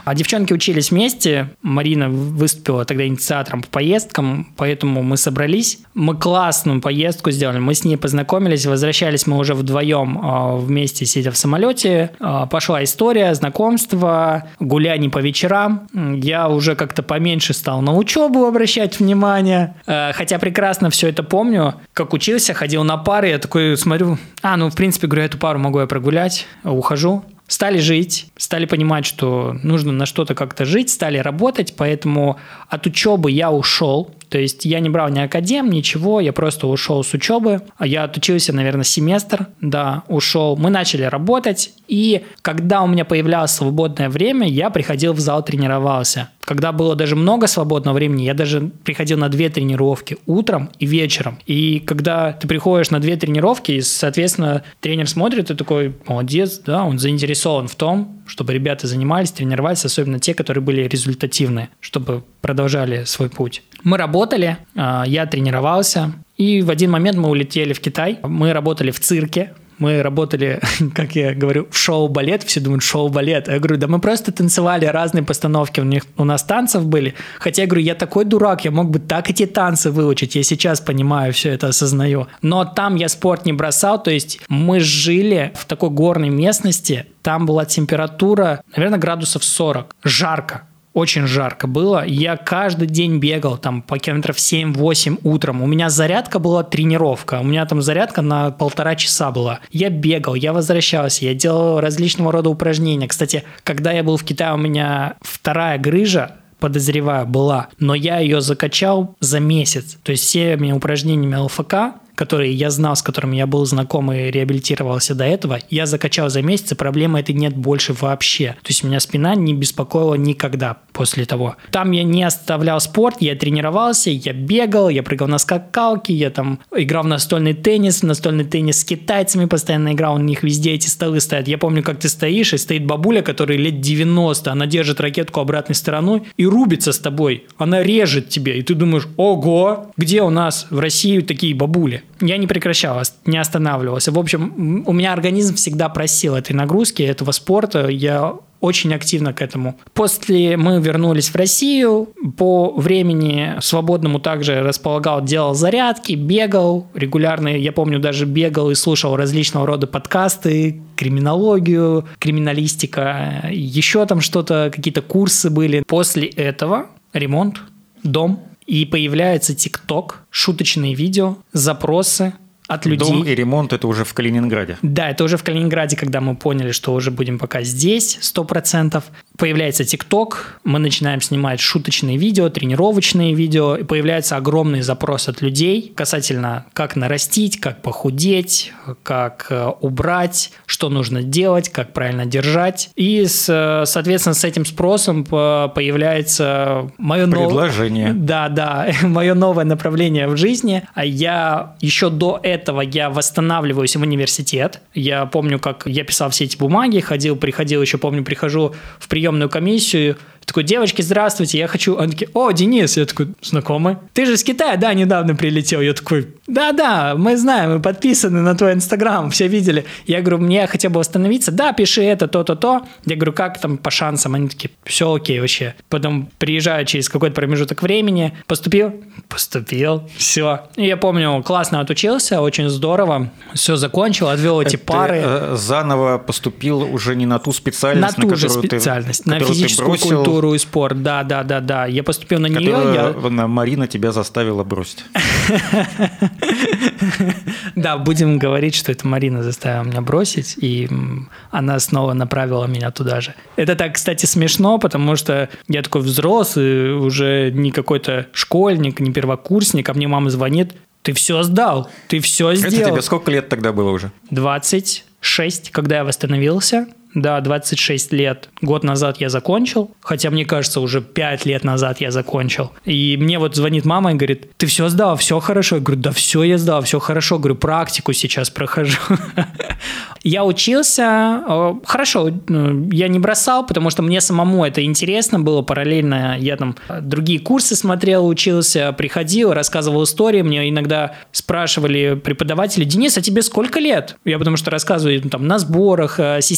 А девчонки учились вместе. Марина выступила тогда инициатором по поездкам, поэтому мы собрались. Мы классную поездку сделали. Мы с ней познакомились, возвращались мы уже вдвоем вместе, сидя в самолете. Пошла история, знакомство, гуляний по вечерам. Я уже как-то поменьше стал на учебу обращать внимание. Хотя прекрасно все это помню. Как учился, ходил на пары, я такой смотрю, а, ну, в принципе, говорю, эту пару могу я прогулять, ухожу. Стали жить, стали понимать, что нужно на что-то как-то жить, стали работать, поэтому от учебы я ушел. То есть я не брал ни академ, ничего, я просто ушел с учебы. Я отучился, наверное, семестр, да, ушел. Мы начали работать, и когда у меня появлялось свободное время, я приходил в зал, тренировался. Когда было даже много свободного времени, я даже приходил на две тренировки утром и вечером. И когда ты приходишь на две тренировки, и, соответственно, тренер смотрит и такой, молодец, да, он заинтересован в том, чтобы ребята занимались, тренировались, особенно те, которые были результативны, чтобы продолжали свой путь. Мы работали, я тренировался, и в один момент мы улетели в Китай. Мы работали в цирке. Мы работали, как я говорю, в шоу-балет. Все думают, шоу-балет. Я говорю, да мы просто танцевали разные постановки. У, них, у нас танцев были. Хотя я говорю, я такой дурак, я мог бы так эти танцы выучить. Я сейчас понимаю, все это осознаю. Но там я спорт не бросал. То есть мы жили в такой горной местности. Там была температура, наверное, градусов сорок. Жарко. Очень жарко было. Я каждый день бегал там по километров семь-восемь утром. У меня зарядка была тренировка. У меня там зарядка на полтора часа была. Я бегал, я возвращался, я делал различного рода упражнения. Кстати, когда я был в Китае, у меня вторая грыжа, подозреваю, была, но я ее закачал за месяц. То есть всеми упражнениями ЛФК, которые я знал, с которыми я был знаком и реабилитировался до этого, я закачал за месяц, и проблемы этой нет больше вообще. То есть меня спина не беспокоила никогда после того. Там я не оставлял спорт, я тренировался, я бегал, я прыгал на скакалке, я там играл в настольный теннис, в настольный теннис с китайцами постоянно играл, у них везде эти столы стоят. Я помню, как ты стоишь, и стоит бабуля, которой лет девяносто, она держит ракетку обратной стороной и рубится с тобой. Она режет тебе, и ты думаешь, ого, где у нас в России такие бабули? Я не прекращал, не останавливался. В общем, у меня организм всегда просил этой нагрузки, этого спорта. Я очень активно к этому. После мы вернулись в Россию. По времени свободному также располагал, делал зарядки, бегал регулярно. Я помню, даже бегал и слушал различного рода подкасты, криминологию, криминалистика, еще там что-то, какие-то курсы были. После этого ремонт, дом. И появляется ТикТок, шуточные видео, запросы от людей. Дом и ремонт – это уже в Калининграде. Да, это уже в Калининграде, когда мы поняли, что уже будем пока здесь, сто процентов. Появляется ТикТок, мы начинаем снимать шуточные видео, тренировочные видео, и появляется огромный запрос от людей касательно, как нарастить, как похудеть, как убрать, что нужно делать, как правильно держать. И, соответственно, с этим спросом появляется мое новое... Предложение. Да, да, мое новое направление в жизни. А я еще до этого этого я восстанавливаюсь в университет. Я помню, как я писал все эти бумаги, ходил, приходил, еще помню, прихожу в приемную комиссию, такой, девочки, здравствуйте, я хочу... Он такой, о, Денис, я такой, знакомый. Ты же с Китая, да, недавно прилетел. Я такой, да-да, мы знаем, мы подписаны на твой Инстаграм, все видели. Я говорю, мне хотя бы восстановиться, да, пиши это, то-то-то. Я говорю, как там по шансам? Они такие, все окей вообще. Потом приезжаю через какой-то промежуток времени, поступил? Поступил, все. И я помню, классно отучился, очень здорово, все закончил, отвел эти это пары. Э, заново поступил уже не на ту специальность, на, на ту же которую специальность, ты, на физическую ты бросил, культуру и спорт, да, да, да, да. Я поступил на нее. Я... Марина тебя заставила бросить. Да, будем говорить, что это Марина заставила меня бросить, и она снова направила меня туда же. Это так, кстати, смешно, потому что я такой взрослый, уже не какой-то школьник, не первокурсник, а мне мама звонит, ты все сдал, ты все сделал. Это тебе сколько лет тогда было уже? двадцать шесть, когда я восстановился. Да, двадцать шесть лет. Год назад я закончил, хотя, мне кажется, уже пять лет назад я закончил. И мне вот звонит мама и говорит, ты все сдал, все хорошо? Я говорю, да все я сдал, все хорошо. Говорю, практику сейчас прохожу. Я учился, хорошо, я не бросал, потому что мне самому это интересно было. Параллельно я там другие курсы смотрел, учился, приходил, рассказывал истории. Мне иногда спрашивали преподаватели, Денис, а тебе сколько лет? Я потому что рассказываю там на сборах, система образования,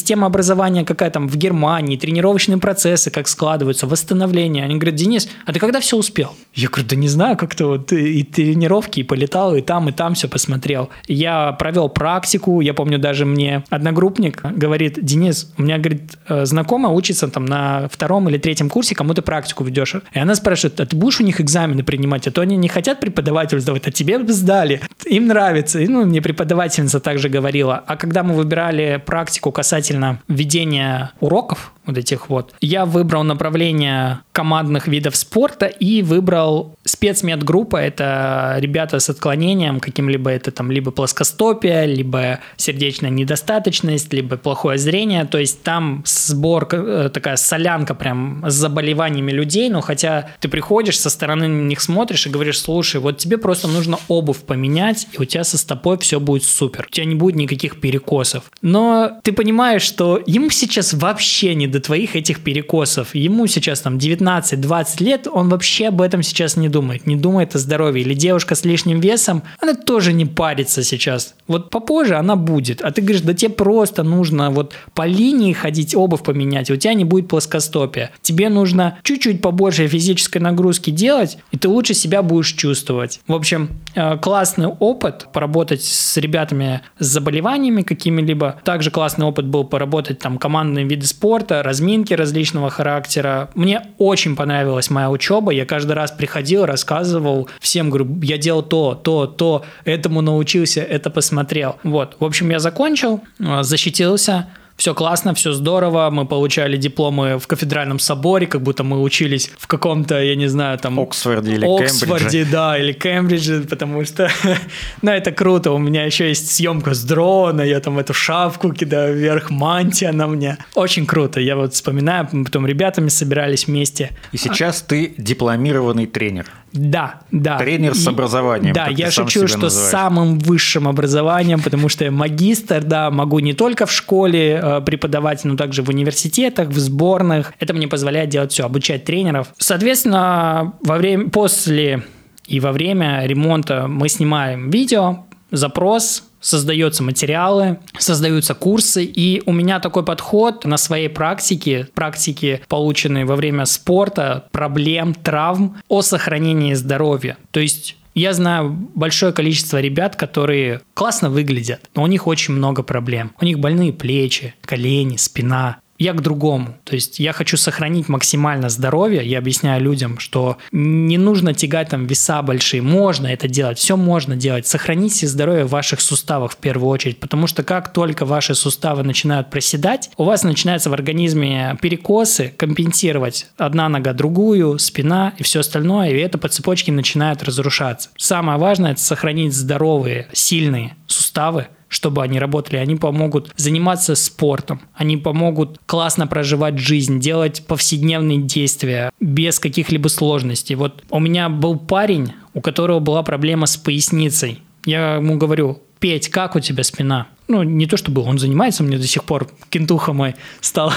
образование какая там в Германии, тренировочные процессы, как складываются, восстановление. Они говорят: Денис, а ты когда все успел? Я говорю: да не знаю, как-то вот и тренировки, и полетал, и там, и там все посмотрел. Я провел практику, я помню, даже мне одногруппник говорит: Денис, у меня, говорит, знакомая учится там на втором или третьем курсе, кому ты практику ведешь. И она спрашивает: а ты будешь у них экзамены принимать? А то они не хотят преподавателю сдавать, а тебе бы сдали. Им нравится. И, ну, мне преподавательница также говорила. А когда мы выбирали практику касательно ведения уроков, вот этих вот, я выбрал направление командных видов спорта и выбрал спецмедгруппа. Это ребята с отклонением каким-либо, это там либо плоскостопие, либо сердечная недостаточность, либо плохое зрение. То есть там сбор, такая солянка прям с заболеваниями людей, но хотя ты приходишь, со стороны на них смотришь и говоришь: слушай, вот тебе просто нужно обувь поменять, и у тебя со стопой все будет супер. У тебя не будет никаких перекосов. Но ты понимаешь, что ему сейчас вообще не до твоих этих перекосов. Ему сейчас там девятнадцать-двадцать лет, он вообще об этом сейчас не думает. Не думает о здоровье. Или девушка с лишним весом, она тоже не парится сейчас. Вот попозже она будет. А ты говоришь: да тебе просто нужно вот по линии ходить, обувь поменять, и у тебя не будет плоскостопия. Тебе нужно чуть-чуть побольше физической нагрузки делать, и ты лучше себя будешь чувствовать. В общем, классный опыт поработать с ребятами с заболеваниями какими-либо. Также классный опыт был поработать там командные виды спорта, разминки различного характера. Мне очень понравилась моя учеба. Я каждый раз приходил, рассказывал всем, говорю: я делал то, то, то, этому научился, это посмотрел. Вот. В общем, я закончил, защитился. Все классно, все здорово, мы получали дипломы в кафедральном соборе, как будто мы учились в каком-то, я не знаю, там... Оксфорде или Оксфорде, Кембридже. да, или Кембридже, потому что, ну, это круто, у меня еще есть съемка с дрона, я там эту шапку кидаю вверх, мантия на мне. Очень круто, я вот вспоминаю, мы потом ребятами собирались вместе. И сейчас ты дипломированный тренер. Да, да. Тренер с образованием. Да, я шучу, что с самым высшим образованием, потому что я магистр, да, могу не только в школе э, преподавать, но также в университетах, в сборных. Это мне позволяет делать все, обучать тренеров. Соответственно, во время, после и во время ремонта мы снимаем видео, запрос, создаются материалы, создаются курсы, и у меня такой подход на своей практике, практике, полученной во время спорта, проблем, травм, о сохранении здоровья. То есть я знаю большое количество ребят, которые классно выглядят, но у них очень много проблем. У них больные плечи, колени, спина. Я к другому. То есть я хочу сохранить максимально здоровье. Я объясняю людям, что не нужно тягать там веса большие. Можно это делать, все можно делать. Сохраните здоровье в ваших суставах в первую очередь, потому что как только ваши суставы начинают проседать, у вас начинаются в организме перекосы, компенсировать одна нога другую, спина и все остальное, и это по цепочке начинает разрушаться. Самое важное – это сохранить здоровые, сильные суставы, чтобы они работали, они помогут заниматься спортом, они помогут классно проживать жизнь, делать повседневные действия без каких-либо сложностей. Вот у меня был парень, у которого была проблема с поясницей. Я ему говорю: Петь, как у тебя спина? Ну, не то чтобы он занимается, мне до сих пор кентуха мой стал.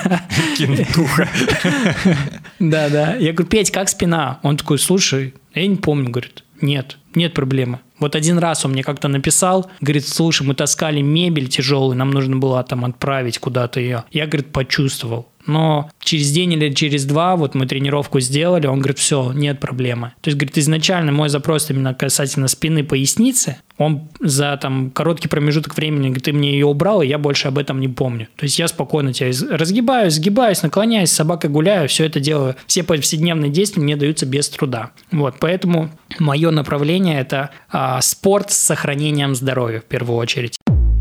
Кентуха. Да-да. Я говорю: Петь, как спина? Он такой: слушай, я не помню, говорит. Нет, нет проблемы. Вот один раз он мне как-то написал, говорит: слушай, мы таскали мебель тяжелую, нам нужно было там отправить куда-то ее. Я, говорит, почувствовал. Но через день или через два вот мы тренировку сделали, он говорит: все, нет проблемы. То есть, говорит, изначально мой запрос именно касательно спины, поясницы, он за там короткий промежуток времени, говорит, ты мне ее убрал, и я больше об этом не помню. То есть я спокойно тебя разгибаюсь, сгибаюсь, наклоняюсь, с собакой гуляю, все это делаю. Все повседневные действия мне даются без труда. Вот, поэтому мое направление – это а, спорт с сохранением здоровья в первую очередь.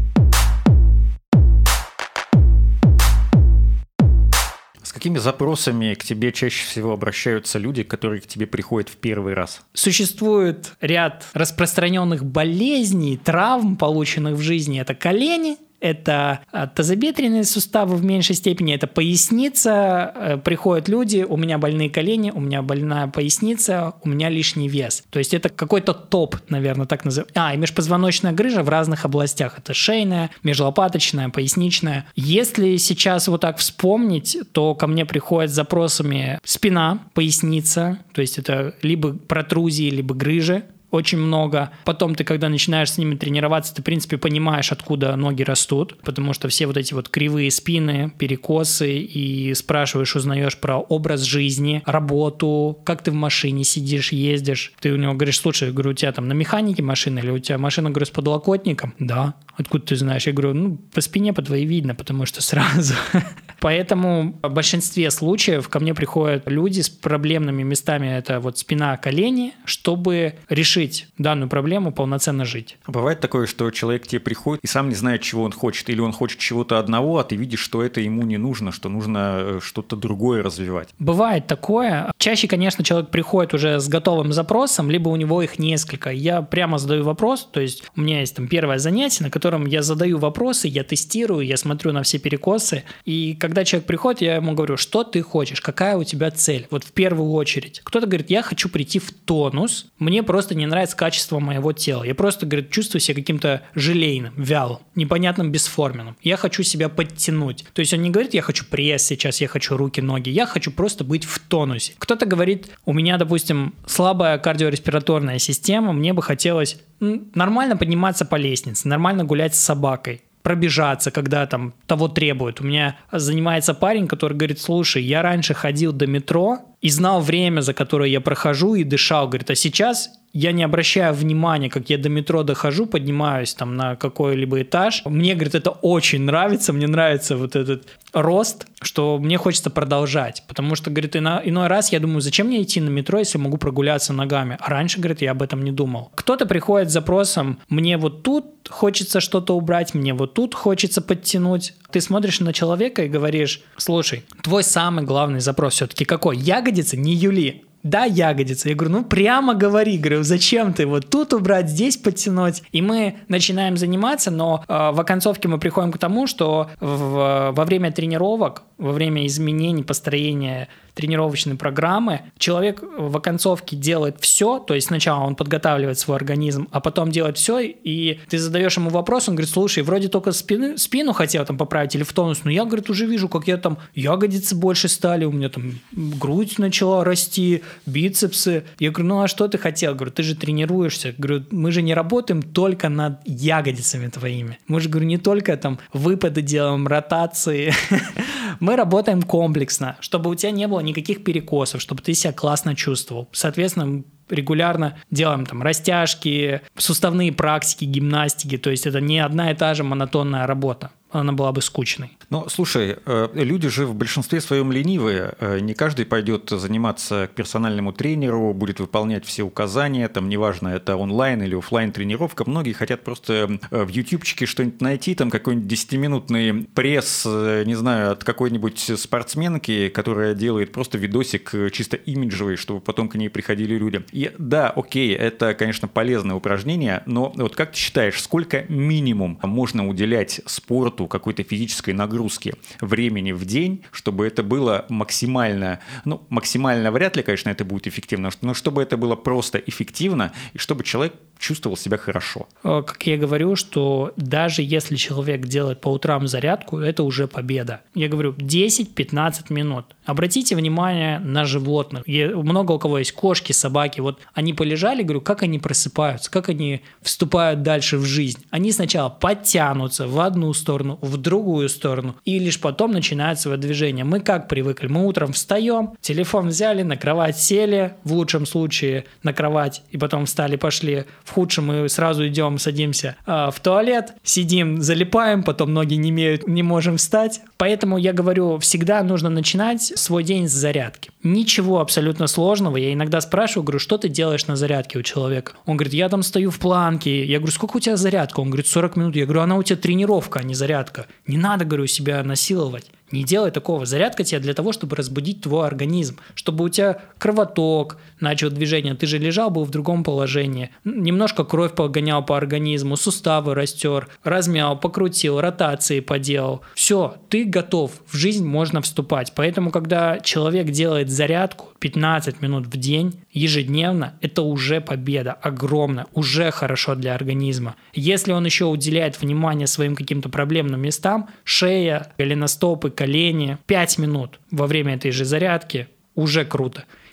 С какими запросами к тебе чаще всего обращаются люди, которые к тебе приходят в первый раз? Существует ряд распространенных болезней, травм, полученных в жизни. Это колени, это тазобедренные суставы в меньшей степени, это поясница. Приходят люди: у меня больные колени, у меня больная поясница, у меня лишний вес. То есть это какой-то топ, наверное, так называемый. А, и межпозвоночная грыжа в разных областях. Это шейная, межлопаточная, поясничная. Если сейчас вот так вспомнить, то ко мне приходят с запросами спина, поясница, то есть это либо протрузии, либо грыжи. очень много. Потом ты, когда начинаешь с ними тренироваться, ты, в принципе, понимаешь, откуда ноги растут, потому что все вот эти вот кривые спины, перекосы, и спрашиваешь, узнаешь про образ жизни, работу, как ты в машине сидишь, ездишь. Ты у него говоришь, слушай, я говорю, у тебя там на механике машина или у тебя машина, говорю, с подлокотником? Да. Откуда ты знаешь? Я говорю, ну, по спине по твоей видно, потому что сразу. Поэтому в большинстве случаев ко мне приходят люди с проблемными местами, это вот спина, колени, чтобы решить данную проблему, полноценно жить. Бывает такое, что человек к тебе приходит и сам не знает, чего он хочет, или он хочет чего-то одного, а ты видишь, что это ему не нужно, что нужно что-то другое развивать. Бывает такое. Чаще, конечно, человек приходит уже с готовым запросом, либо у него их несколько. Я прямо задаю вопрос, то есть у меня есть там первое занятие, на котором я задаю вопросы, я тестирую, я смотрю на все перекосы, и когда человек приходит, я ему говорю, что ты хочешь, какая у тебя цель, вот в первую очередь. Кто-то говорит, я хочу прийти в тонус, мне просто не нравится качество моего тела, я просто, говорит, чувствую себя каким-то желейным, вялым, непонятным, бесформенным, я хочу себя подтянуть. То есть он не говорит, я хочу пресс сейчас, я хочу руки, ноги, я хочу просто быть в тонусе. Кто-то говорит, у меня, допустим, слабая кардиореспираторная система, мне бы хотелось нормально подниматься по лестнице, нормально гулять с собакой, пробежаться, когда там того требует. У меня занимается парень, который говорит, слушай, я раньше ходил до метро и знал время, за которое я прохожу, и дышал. Говорит, а сейчас я не обращаю внимания, как я до метро дохожу, поднимаюсь там на какой-либо этаж. Мне, говорит, это очень нравится, мне нравится вот этот рост, что мне хочется продолжать. Потому что, говорит, ино, иной раз я думаю, зачем мне идти на метро, если могу прогуляться ногами? А раньше, говорит, я об этом не думал. Кто-то приходит с запросом, мне вот тут хочется что-то убрать, мне вот тут хочется подтянуть. Ты смотришь на человека и говоришь, слушай, твой самый главный запрос все-таки какой? Ягодицы, не юли. Да, ягодицы. Я говорю, ну прямо говори, говорю, зачем ты вот тут убрать, здесь подтянуть? И мы начинаем заниматься, но э, в оконцовке мы приходим к тому, что в, во время тренировок, во время изменений, построения тренировочной программы, человек в оконцовке делает все, то есть сначала он подготавливает свой организм, а потом делает все, и ты задаешь ему вопрос, он говорит, слушай, вроде только спину, спину хотел там поправить или в тонус, но я, говорит, уже вижу, как я там ягодицы больше стали, у меня там грудь начала расти, бицепсы. Я говорю, ну а что ты хотел? Я говорю, ты же тренируешься. Я говорю, мы же не работаем только над ягодицами твоими. Мы же, говорю, не только там выпады делаем, ротации. Мы работаем комплексно, чтобы у тебя не было никаких перекосов, чтобы ты себя классно чувствовал. Соответственно, регулярно делаем там растяжки, суставные практики, гимнастики. То есть это не одна и та же монотонная работа. Она была бы скучной. Ну, слушай, люди же в большинстве своем ленивые. Не каждый пойдет заниматься к персональному тренеру, будет выполнять все указания, там, неважно, это онлайн или офлайн тренировка. Многие хотят просто в ютубчике что-нибудь найти, там какой-нибудь десятиминутный пресс, не знаю, от какой-нибудь спортсменки, которая делает просто видосик чисто имиджевый, чтобы потом к ней приходили люди. И да, окей, это, конечно, полезное упражнение, но вот как ты считаешь, сколько минимум можно уделять спорту, какой-то физической нагрузки времени в день, чтобы это было максимально, ну, максимально вряд ли, конечно, это будет эффективно, но чтобы это было просто эффективно и чтобы человек чувствовал себя хорошо. Как я говорю, что даже если человек делает по утрам зарядку, это уже победа. Я говорю, десять-пятнадцать минут. Обратите внимание на животных. Я, много у кого есть кошки, собаки. Вот они полежали, говорю, как они просыпаются, как они вступают дальше в жизнь. Они сначала подтянутся в одну сторону, в другую сторону, и лишь потом начинают свое движение. Мы как привыкли? Мы утром встаем, телефон взяли, на кровать сели, в лучшем случае на кровать, и потом встали, пошли. В худшем мы сразу идем, садимся э, в туалет, сидим, залипаем, потом ноги не имеют, не можем встать. Поэтому я говорю, всегда нужно начинать свой день с зарядки. Ничего абсолютно сложного. Я иногда спрашиваю, говорю, что ты делаешь на зарядке у человека? Он говорит, я там стою в планке. Я говорю, сколько у тебя зарядка? Он говорит, сорок минут. Я говорю, она у тебя тренировка, а не зарядка. Не надо, говорю, себя насиловать. Не делай такого. Зарядка тебе для того, чтобы разбудить твой организм, чтобы у тебя кровоток начал движение. Ты же лежал был в другом положении. Немножко кровь погонял по организму, суставы растер, размял, покрутил, ротации поделал. Все, ты готов. В жизнь можно вступать. Поэтому, когда человек делает зарядку пятнадцать минут в день, ежедневно, это уже победа огромная, уже хорошо для организма. Если он еще уделяет внимание своим каким-то проблемным местам, шея, голеностопы, колени, пять минут во время этой же зарядки, уже круто.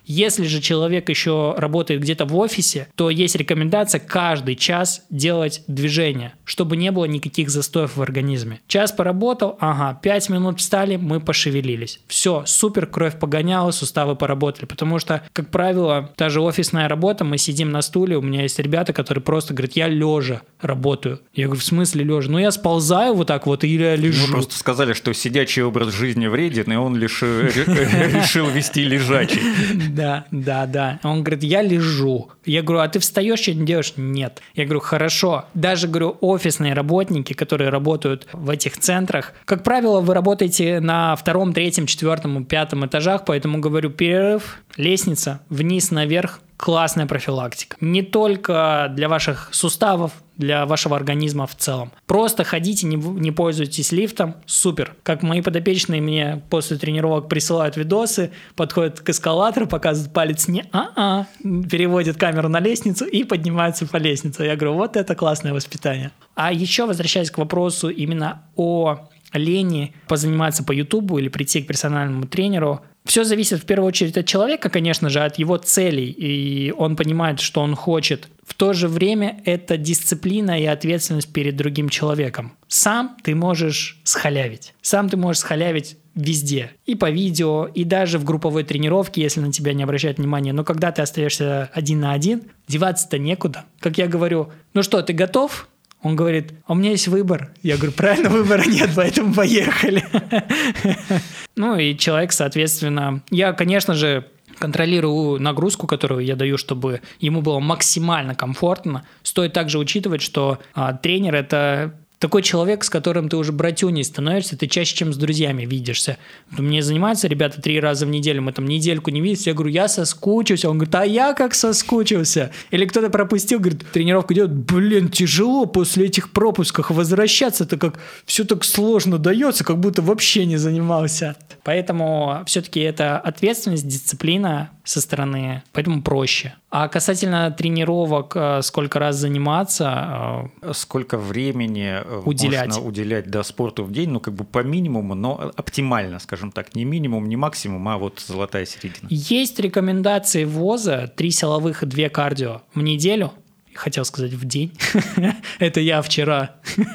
Если же человек еще работает где-то в офисе, то есть рекомендация каждый час делать движение, чтобы не было никаких застоев в организме. Час поработал, ага, пять минут встали, мы пошевелились. Все, супер, кровь погоняла, суставы поработали. Потому что, как правило, та же офисная работа, мы сидим на стуле, у меня есть ребята, которые просто говорят, я лежа работаю. Я говорю, в смысле лежа? Ну, я сползаю вот так вот, или я лежу. Вы просто сказали, что сидячий образ жизни вреден, и он лишь решил вести лежачий. Да, да, да. Он говорит, я лежу. Я говорю, а ты встаешь, что-нибудь делаешь? Нет. Я говорю, хорошо. Даже, говорю, офисные работники, которые работают в этих центрах, как правило, вы работаете на втором, третьем, четвертом, пятом этажах, поэтому, говорю, перерыв, лестница, вниз, наверх, классная профилактика. Не только для ваших суставов, для вашего организма в целом. Просто ходите, не, не пользуйтесь лифтом, супер. Как мои подопечные мне после тренировок присылают видосы, подходят к эскалатору, показывают палец не а-а, переводят камеру на лестницу и поднимаются по лестнице. Я говорю, вот это классное воспитание. А еще, возвращаясь к вопросу именно о лени позаниматься по Ютубу или прийти к персональному тренеру, все зависит в первую очередь от человека, конечно же, от его целей, и он понимает, что он хочет. В то же время это дисциплина и ответственность перед другим человеком. Сам ты можешь схалявить. Сам ты можешь схалявить везде. И по видео, и даже в групповой тренировке, если на тебя не обращают внимания. Но когда ты остаешься один на один, деваться-то некуда. Как я говорю, ну что, ты готов? Он говорит, а у меня есть выбор. Я говорю, правильно, выбора нет, поэтому поехали. Ну и человек, соответственно... Я, конечно же, контролирую нагрузку, которую я даю, чтобы ему было максимально комфортно. Стоит также учитывать, что а, тренер – это... такой человек, с которым ты уже братюней становишься, ты чаще, чем с друзьями видишься. Мне занимаются ребята три раза в неделю, мы там недельку не видимся, я говорю, я соскучился. Он говорит, а я как соскучился. Или кто-то пропустил, говорит, тренировку делает, блин, тяжело после этих пропусков возвращаться-то, как все так сложно дается, как будто вообще не занимался. Поэтому все-таки это ответственность, дисциплина со стороны, поэтому проще. А касательно тренировок, сколько раз заниматься... Сколько времени уделять. можно уделять да, спорту в день, ну как бы по минимуму, но оптимально, скажем так, не минимум, не максимум, а вот золотая середина. Есть рекомендации ВОЗа, три силовых и две кардио в неделю, хотел сказать в день, это я вчера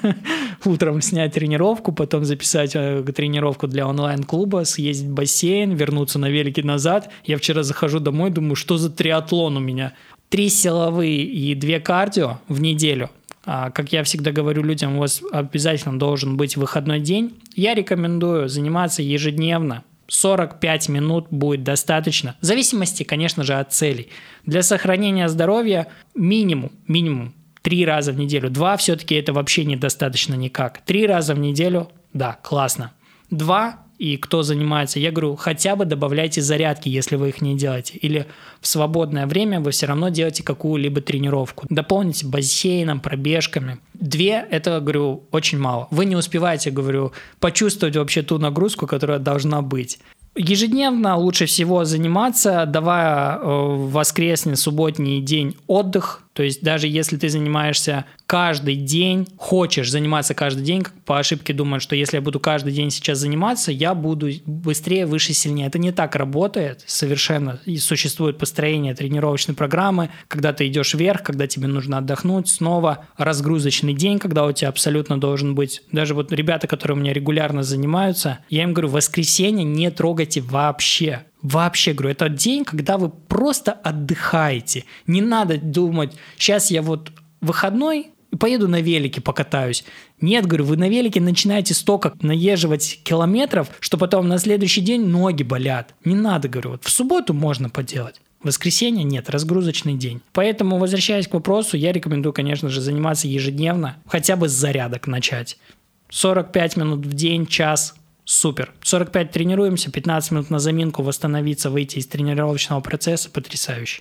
утром снять тренировку, потом записать тренировку для онлайн-клуба, съездить в бассейн, вернуться на велике назад. Я вчера захожу домой, думаю, что за триатлон у меня? Три силовые и две кардио в неделю. Как я всегда говорю людям, у вас обязательно должен быть выходной день. Я рекомендую заниматься ежедневно. сорок пять минут будет достаточно. В зависимости, конечно же, от целей. Для сохранения здоровья минимум, минимум три раза в неделю. Два все-таки это вообще недостаточно никак. Три раза в неделю, да, классно. Два, и кто занимается, я говорю, хотя бы добавляйте зарядки, если вы их не делаете. Или в свободное время вы все равно делаете какую-либо тренировку. Дополните бассейном, пробежками. Две, это, говорю, очень мало. Вы не успеваете, говорю, почувствовать вообще ту нагрузку, которая должна быть. Ежедневно лучше всего заниматься, давая в воскресный, субботний день отдых. То есть даже если ты занимаешься каждый день, хочешь заниматься каждый день, по ошибке думают, что если я буду каждый день сейчас заниматься, я буду быстрее, выше, сильнее. Это не так работает совершенно. И существует построение тренировочной программы, когда ты идешь вверх, когда тебе нужно отдохнуть, снова разгрузочный день, когда у тебя абсолютно должен быть. Даже вот ребята, которые у меня регулярно занимаются, я им говорю, воскресенье не трогайте вообще. Вообще, говорю, это день, когда вы просто отдыхаете. Не надо думать, сейчас я вот выходной, поеду на велике покатаюсь. Нет, говорю, вы на велике начинаете столько наезживать километров, что потом на следующий день ноги болят. Не надо, говорю, вот в субботу можно поделать. В воскресенье нет, разгрузочный день. Поэтому, возвращаясь к вопросу, я рекомендую, конечно же, заниматься ежедневно, хотя бы с зарядок начать. сорок пять минут в день, час – супер. сорок пять тренируемся, пятнадцать минут на заминку, восстановиться, выйти из тренировочного процесса. Потрясающе.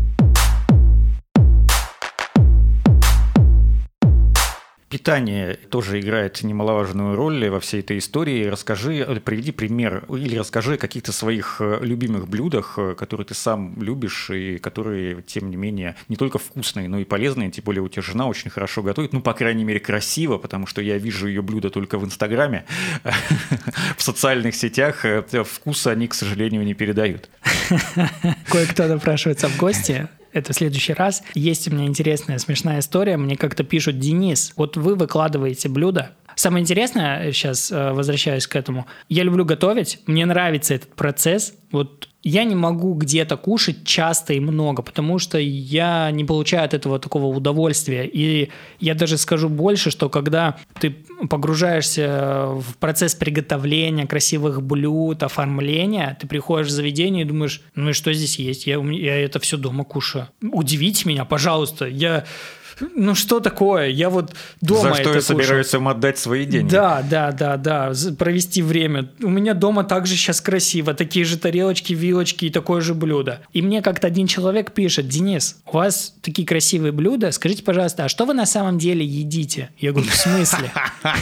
Питание тоже играет немаловажную роль во всей этой истории. Расскажи, приведи пример или расскажи о каких-то своих любимых блюдах, которые ты сам любишь и которые, тем не менее, не только вкусные, но и полезные. Тем более у тебя жена очень хорошо готовит, ну, по крайней мере, красиво, потому что я вижу ее блюда только в Инстаграме. В социальных сетях вкуса они, к сожалению, не передают. Кое-кто напрашивается в гости. Это в следующий раз. Есть у меня интересная, смешная история. Мне как-то пишут: Денис, вот вы выкладываете блюдо. Самое интересное, сейчас возвращаюсь к этому, я люблю готовить, мне нравится этот процесс. Вот я не могу где-то кушать часто и много, потому что я не получаю от этого такого удовольствия. И я даже скажу больше, что когда ты погружаешься в процесс приготовления красивых блюд, оформления, ты приходишь в заведение и думаешь: ну и что здесь есть? Я, я это все дома кушаю. Удивите меня, пожалуйста. Я... Ну что такое? Я вот дома За что это я собираюсь им отдать свои деньги. Да, да, да, да, провести время. У меня дома также сейчас красиво, такие же тарелочки, вилочки и такое же блюдо. И мне как-то один человек пишет: Денис, у вас такие красивые блюда, скажите, пожалуйста, а что вы на самом деле едите? Я говорю: в смысле?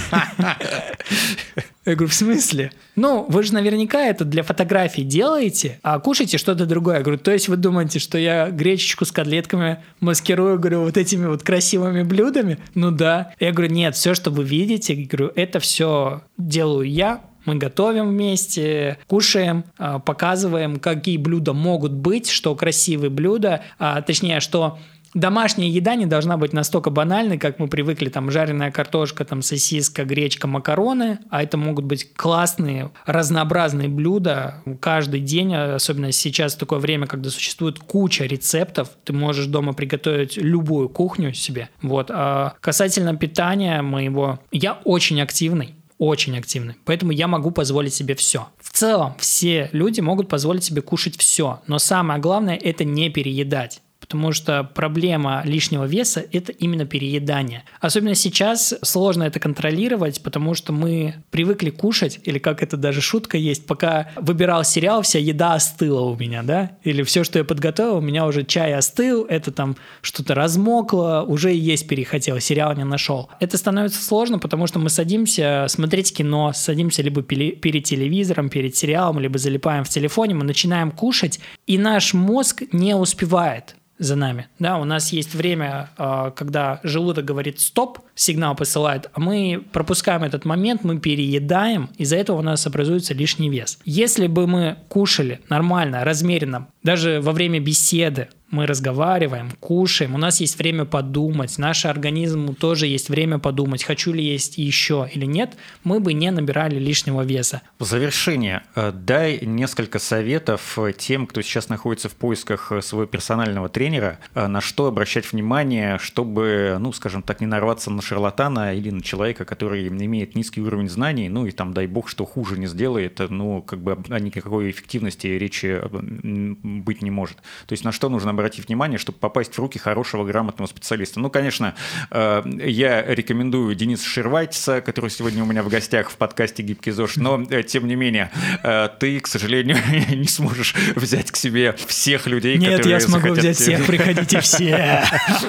Я говорю: в смысле? Ну, вы же наверняка это для фотографий делаете, а кушаете что-то другое. Я говорю: то есть вы думаете, что я гречечку с котлетками маскирую, говорю, вот этими вот красивыми блюдами? Ну да. Я говорю: нет, все, что вы видите, говорю, это все делаю я. Мы готовим вместе, кушаем, показываем, какие блюда могут быть, что красивые блюда, а, точнее, что... Домашняя еда не должна быть настолько банальной, как мы привыкли, там, жареная картошка, там, сосиска, гречка, макароны, а это могут быть классные, разнообразные блюда каждый день, особенно сейчас в такое время, когда существует куча рецептов, ты можешь дома приготовить любую кухню себе. Вот. А касательно питания моего, я очень активный. Очень активный. Поэтому я могу позволить себе все. В целом, все люди могут позволить себе кушать все. Но самое главное – это не переедать. Потому что проблема лишнего веса – это именно переедание. Особенно сейчас сложно это контролировать, потому что мы привыкли кушать, или как это даже шутка есть, пока выбирал сериал, вся еда остыла у меня, да? Или все, что я подготовил, у меня уже чай остыл, это там что-то размокло, уже есть перехотел, сериал не нашел. Это становится сложно, потому что мы садимся смотреть кино, садимся либо перед телевизором, перед сериалом, либо залипаем в телефоне, мы начинаем кушать, и наш мозг не успевает за нами. Да, у нас есть время, когда желудок говорит «стоп», сигнал посылает, а мы пропускаем этот момент, мы переедаем, из-за этого у нас образуется лишний вес. Если бы мы кушали нормально, размеренно, даже во время беседы, мы разговариваем, кушаем, у нас есть время подумать, наш организм тоже есть время подумать, хочу ли есть еще или нет, мы бы не набирали лишнего веса. В завершение, дай несколько советов тем, кто сейчас находится в поисках своего персонального тренера, на что обращать внимание, чтобы, ну, скажем так, не нарваться на шарлатана или на человека, который имеет низкий уровень знаний, ну и там, дай бог, что хуже не сделает, ну, как бы о никакой эффективности речи быть не может. То есть на что нужно обратить внимание, чтобы попасть в руки хорошего, грамотного специалиста. Ну, конечно, я рекомендую Дениса Ширвайтиса, который сегодня у меня в гостях в подкасте «Гибкий ЗОЖ», но, тем не менее, ты, к сожалению, не сможешь взять к себе всех людей, Нет, которые я смогу захотят... взять всех, приходите все.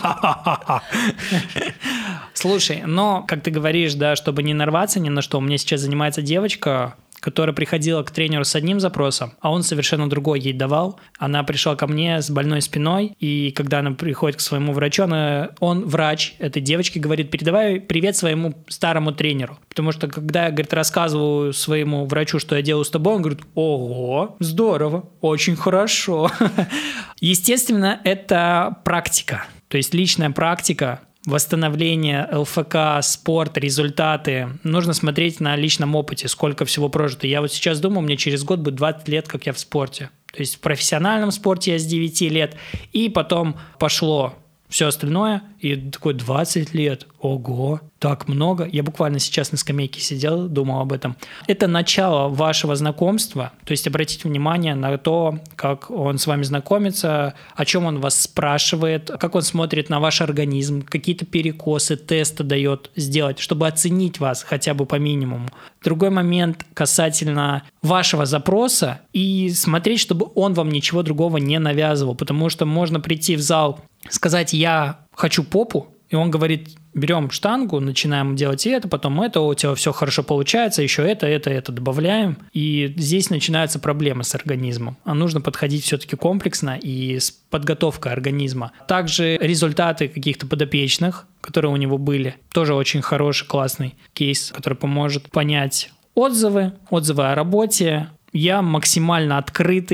Слушай, но, как ты говоришь, да, чтобы не нарваться ни на что, у меня сейчас занимается девочка, которая приходила к тренеру с одним запросом, а он совершенно другой ей давал. Она пришла ко мне с больной спиной, и когда она приходит к своему врачу, она, он, врач этой девочки, говорит: передавай привет своему старому тренеру. Потому что, когда я, говорит, рассказываю своему врачу, что я делаю с тобой, он говорит: ого, здорово, очень хорошо. Естественно, это практика, то есть личная практика, восстановление, ЛФК, спорт, результаты. Нужно смотреть на личном опыте, сколько всего прожито. Я вот сейчас думаю, мне через год будет двадцать лет, как я в спорте. То есть в профессиональном спорте я с девяти лет, и потом пошло все остальное, и такой двадцать лет. Ого, так много. Я буквально сейчас на скамейке сидел, думал об этом. Это начало вашего знакомства, то есть обратите внимание на то, как он с вами знакомится, о чем он вас спрашивает, как он смотрит на ваш организм, какие-то перекосы, тесты дает сделать, чтобы оценить вас хотя бы по минимуму. Другой момент касательно вашего запроса и смотреть, чтобы он вам ничего другого не навязывал, потому что можно прийти в зал, сказать: я хочу попу, и он говорит: берем штангу, начинаем делать это, потом это, у тебя все хорошо получается, еще это, это, это добавляем. И здесь начинаются проблемы с организмом. А нужно подходить все-таки комплексно и с подготовкой организма. Также результаты каких-то подопечных, которые у него были, тоже очень хороший, классный кейс, который поможет понять отзывы, отзывы о работе. Я максимально открытый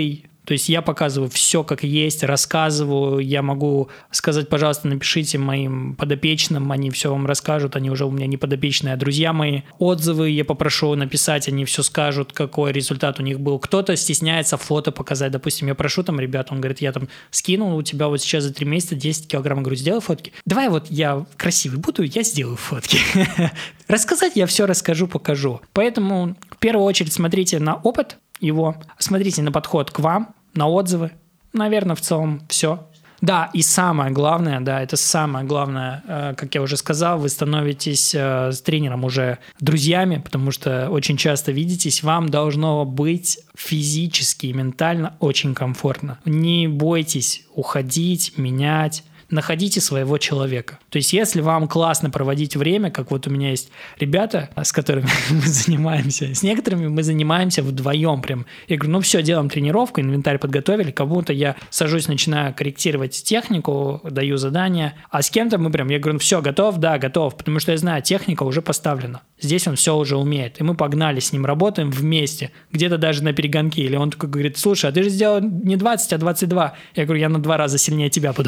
То есть я показываю все как есть, рассказываю, я могу сказать, пожалуйста, напишите моим подопечным, они все вам расскажут, они уже у меня не подопечные, а друзья мои. Отзывы я попрошу написать, они все скажут, какой результат у них был. Кто-то стесняется фото показать, допустим, я прошу там ребят, он говорит, я там скинул у тебя вот сейчас за три месяца десять килограмм, говорю, сделай фотки. Давай вот я красивый буду, я сделаю фотки. Рассказать я все расскажу, покажу. Поэтому в первую очередь смотрите на опыт его, смотрите на подход к вам, на отзывы. Наверное, в целом все. Да, и самое главное, да, это самое главное, как я уже сказал, вы становитесь с тренером уже друзьями, потому что очень часто видитесь, вам должно быть физически и ментально очень комфортно. Не бойтесь уходить, менять. Находите своего человека. То есть, если вам классно проводить время, как вот у меня есть ребята, с которыми мы занимаемся, с некоторыми мы занимаемся вдвоем прям. Я говорю, ну все, делаем тренировку, инвентарь подготовили, кому-то я сажусь, начинаю корректировать технику, даю задания, а с кем-то мы прям, я говорю, ну все, готов? Да, готов, потому что я знаю, техника уже поставлена. Здесь он все уже умеет. И мы погнали с ним, работаем вместе, где-то даже на перегонки. Или он такой говорит, слушай, а ты же сделал не двадцать, а двадцать два. Я говорю, я на два раза сильнее тебя буду.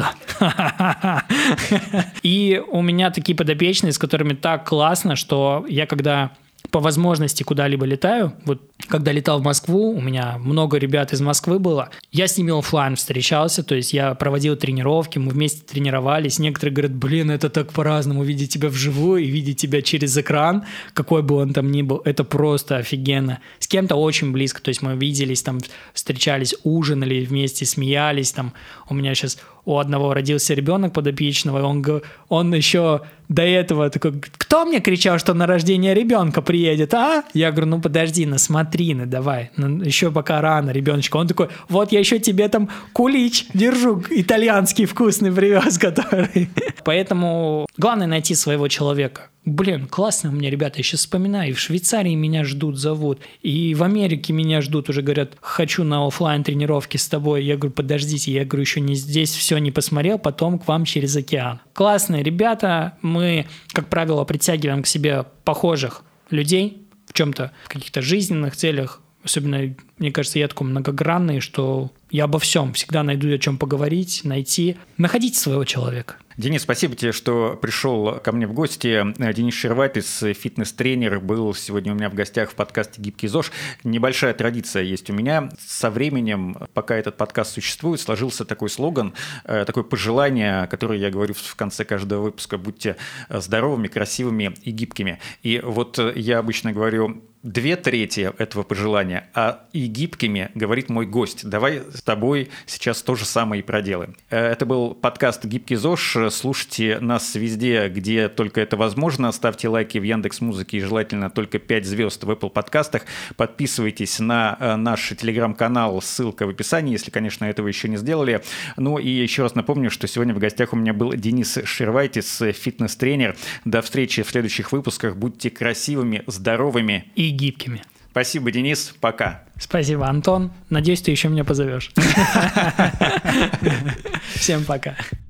И у меня такие подопечные, с которыми так классно, что я когда по возможности куда-либо летаю, вот когда летал в Москву, у меня много ребят из Москвы было, я с ними офлайн встречался, то есть я проводил тренировки, мы вместе тренировались, некоторые говорят, блин, это так по-разному, видеть тебя вживую и видеть тебя через экран, какой бы он там ни был, это просто офигенно. С кем-то очень близко, то есть мы виделись, там встречались, ужинали вместе, смеялись, там у меня сейчас у одного родился ребенок подопечного, и он, он еще до этого такой, кто мне кричал, что на рождение ребенка приедет, а? Я говорю, ну подожди, ну смотри, ну давай, ну, еще пока рано, ребеночка. Он такой, вот я еще тебе там кулич держу, итальянский вкусный привез, который... Поэтому главное найти своего человека. Блин, классно у меня, ребята, я сейчас вспоминаю, и в Швейцарии меня ждут, зовут, и в Америке меня ждут, уже говорят, хочу на офлайн тренировки с тобой. Я говорю, подождите, я говорю, еще не здесь все не посмотрел, потом к вам через океан. Классные ребята, мы, как правило, притягиваем к себе похожих людей в чем-то, в каких-то жизненных целях. Особенно, мне кажется, я такой многогранный, что я обо всем всегда найду о чем поговорить, найти. Находите своего человека. Денис, спасибо тебе, что пришел ко мне в гости. Денис Шерватис, фитнес-тренер, был сегодня у меня в гостях в подкасте «Гибкий ЗОЖ». Небольшая традиция есть у меня. Со временем, пока этот подкаст существует, сложился такой слоган, такое пожелание, которое я говорю в конце каждого выпуска: будьте здоровыми, красивыми и гибкими. И вот я обычно говорю две трети этого пожелания, а и гибкими говорит мой гость. Давай с тобой сейчас то же самое и проделаем. Это был подкаст «Гибкий ЗОЖ». Слушайте нас везде, где только это возможно. Ставьте лайки в Яндекс.Музыке и желательно только пять звезд в Apple подкастах. Подписывайтесь на наш телеграм-канал, ссылка в описании, если, конечно, этого еще не сделали. Ну и еще раз напомню, что сегодня в гостях у меня был Денис Шерватис, фитнес-тренер. До встречи в следующих выпусках. Будьте красивыми, здоровыми и гибкими. Спасибо, Денис. Пока. Спасибо, Антон. Надеюсь, ты еще меня позовешь. Всем пока.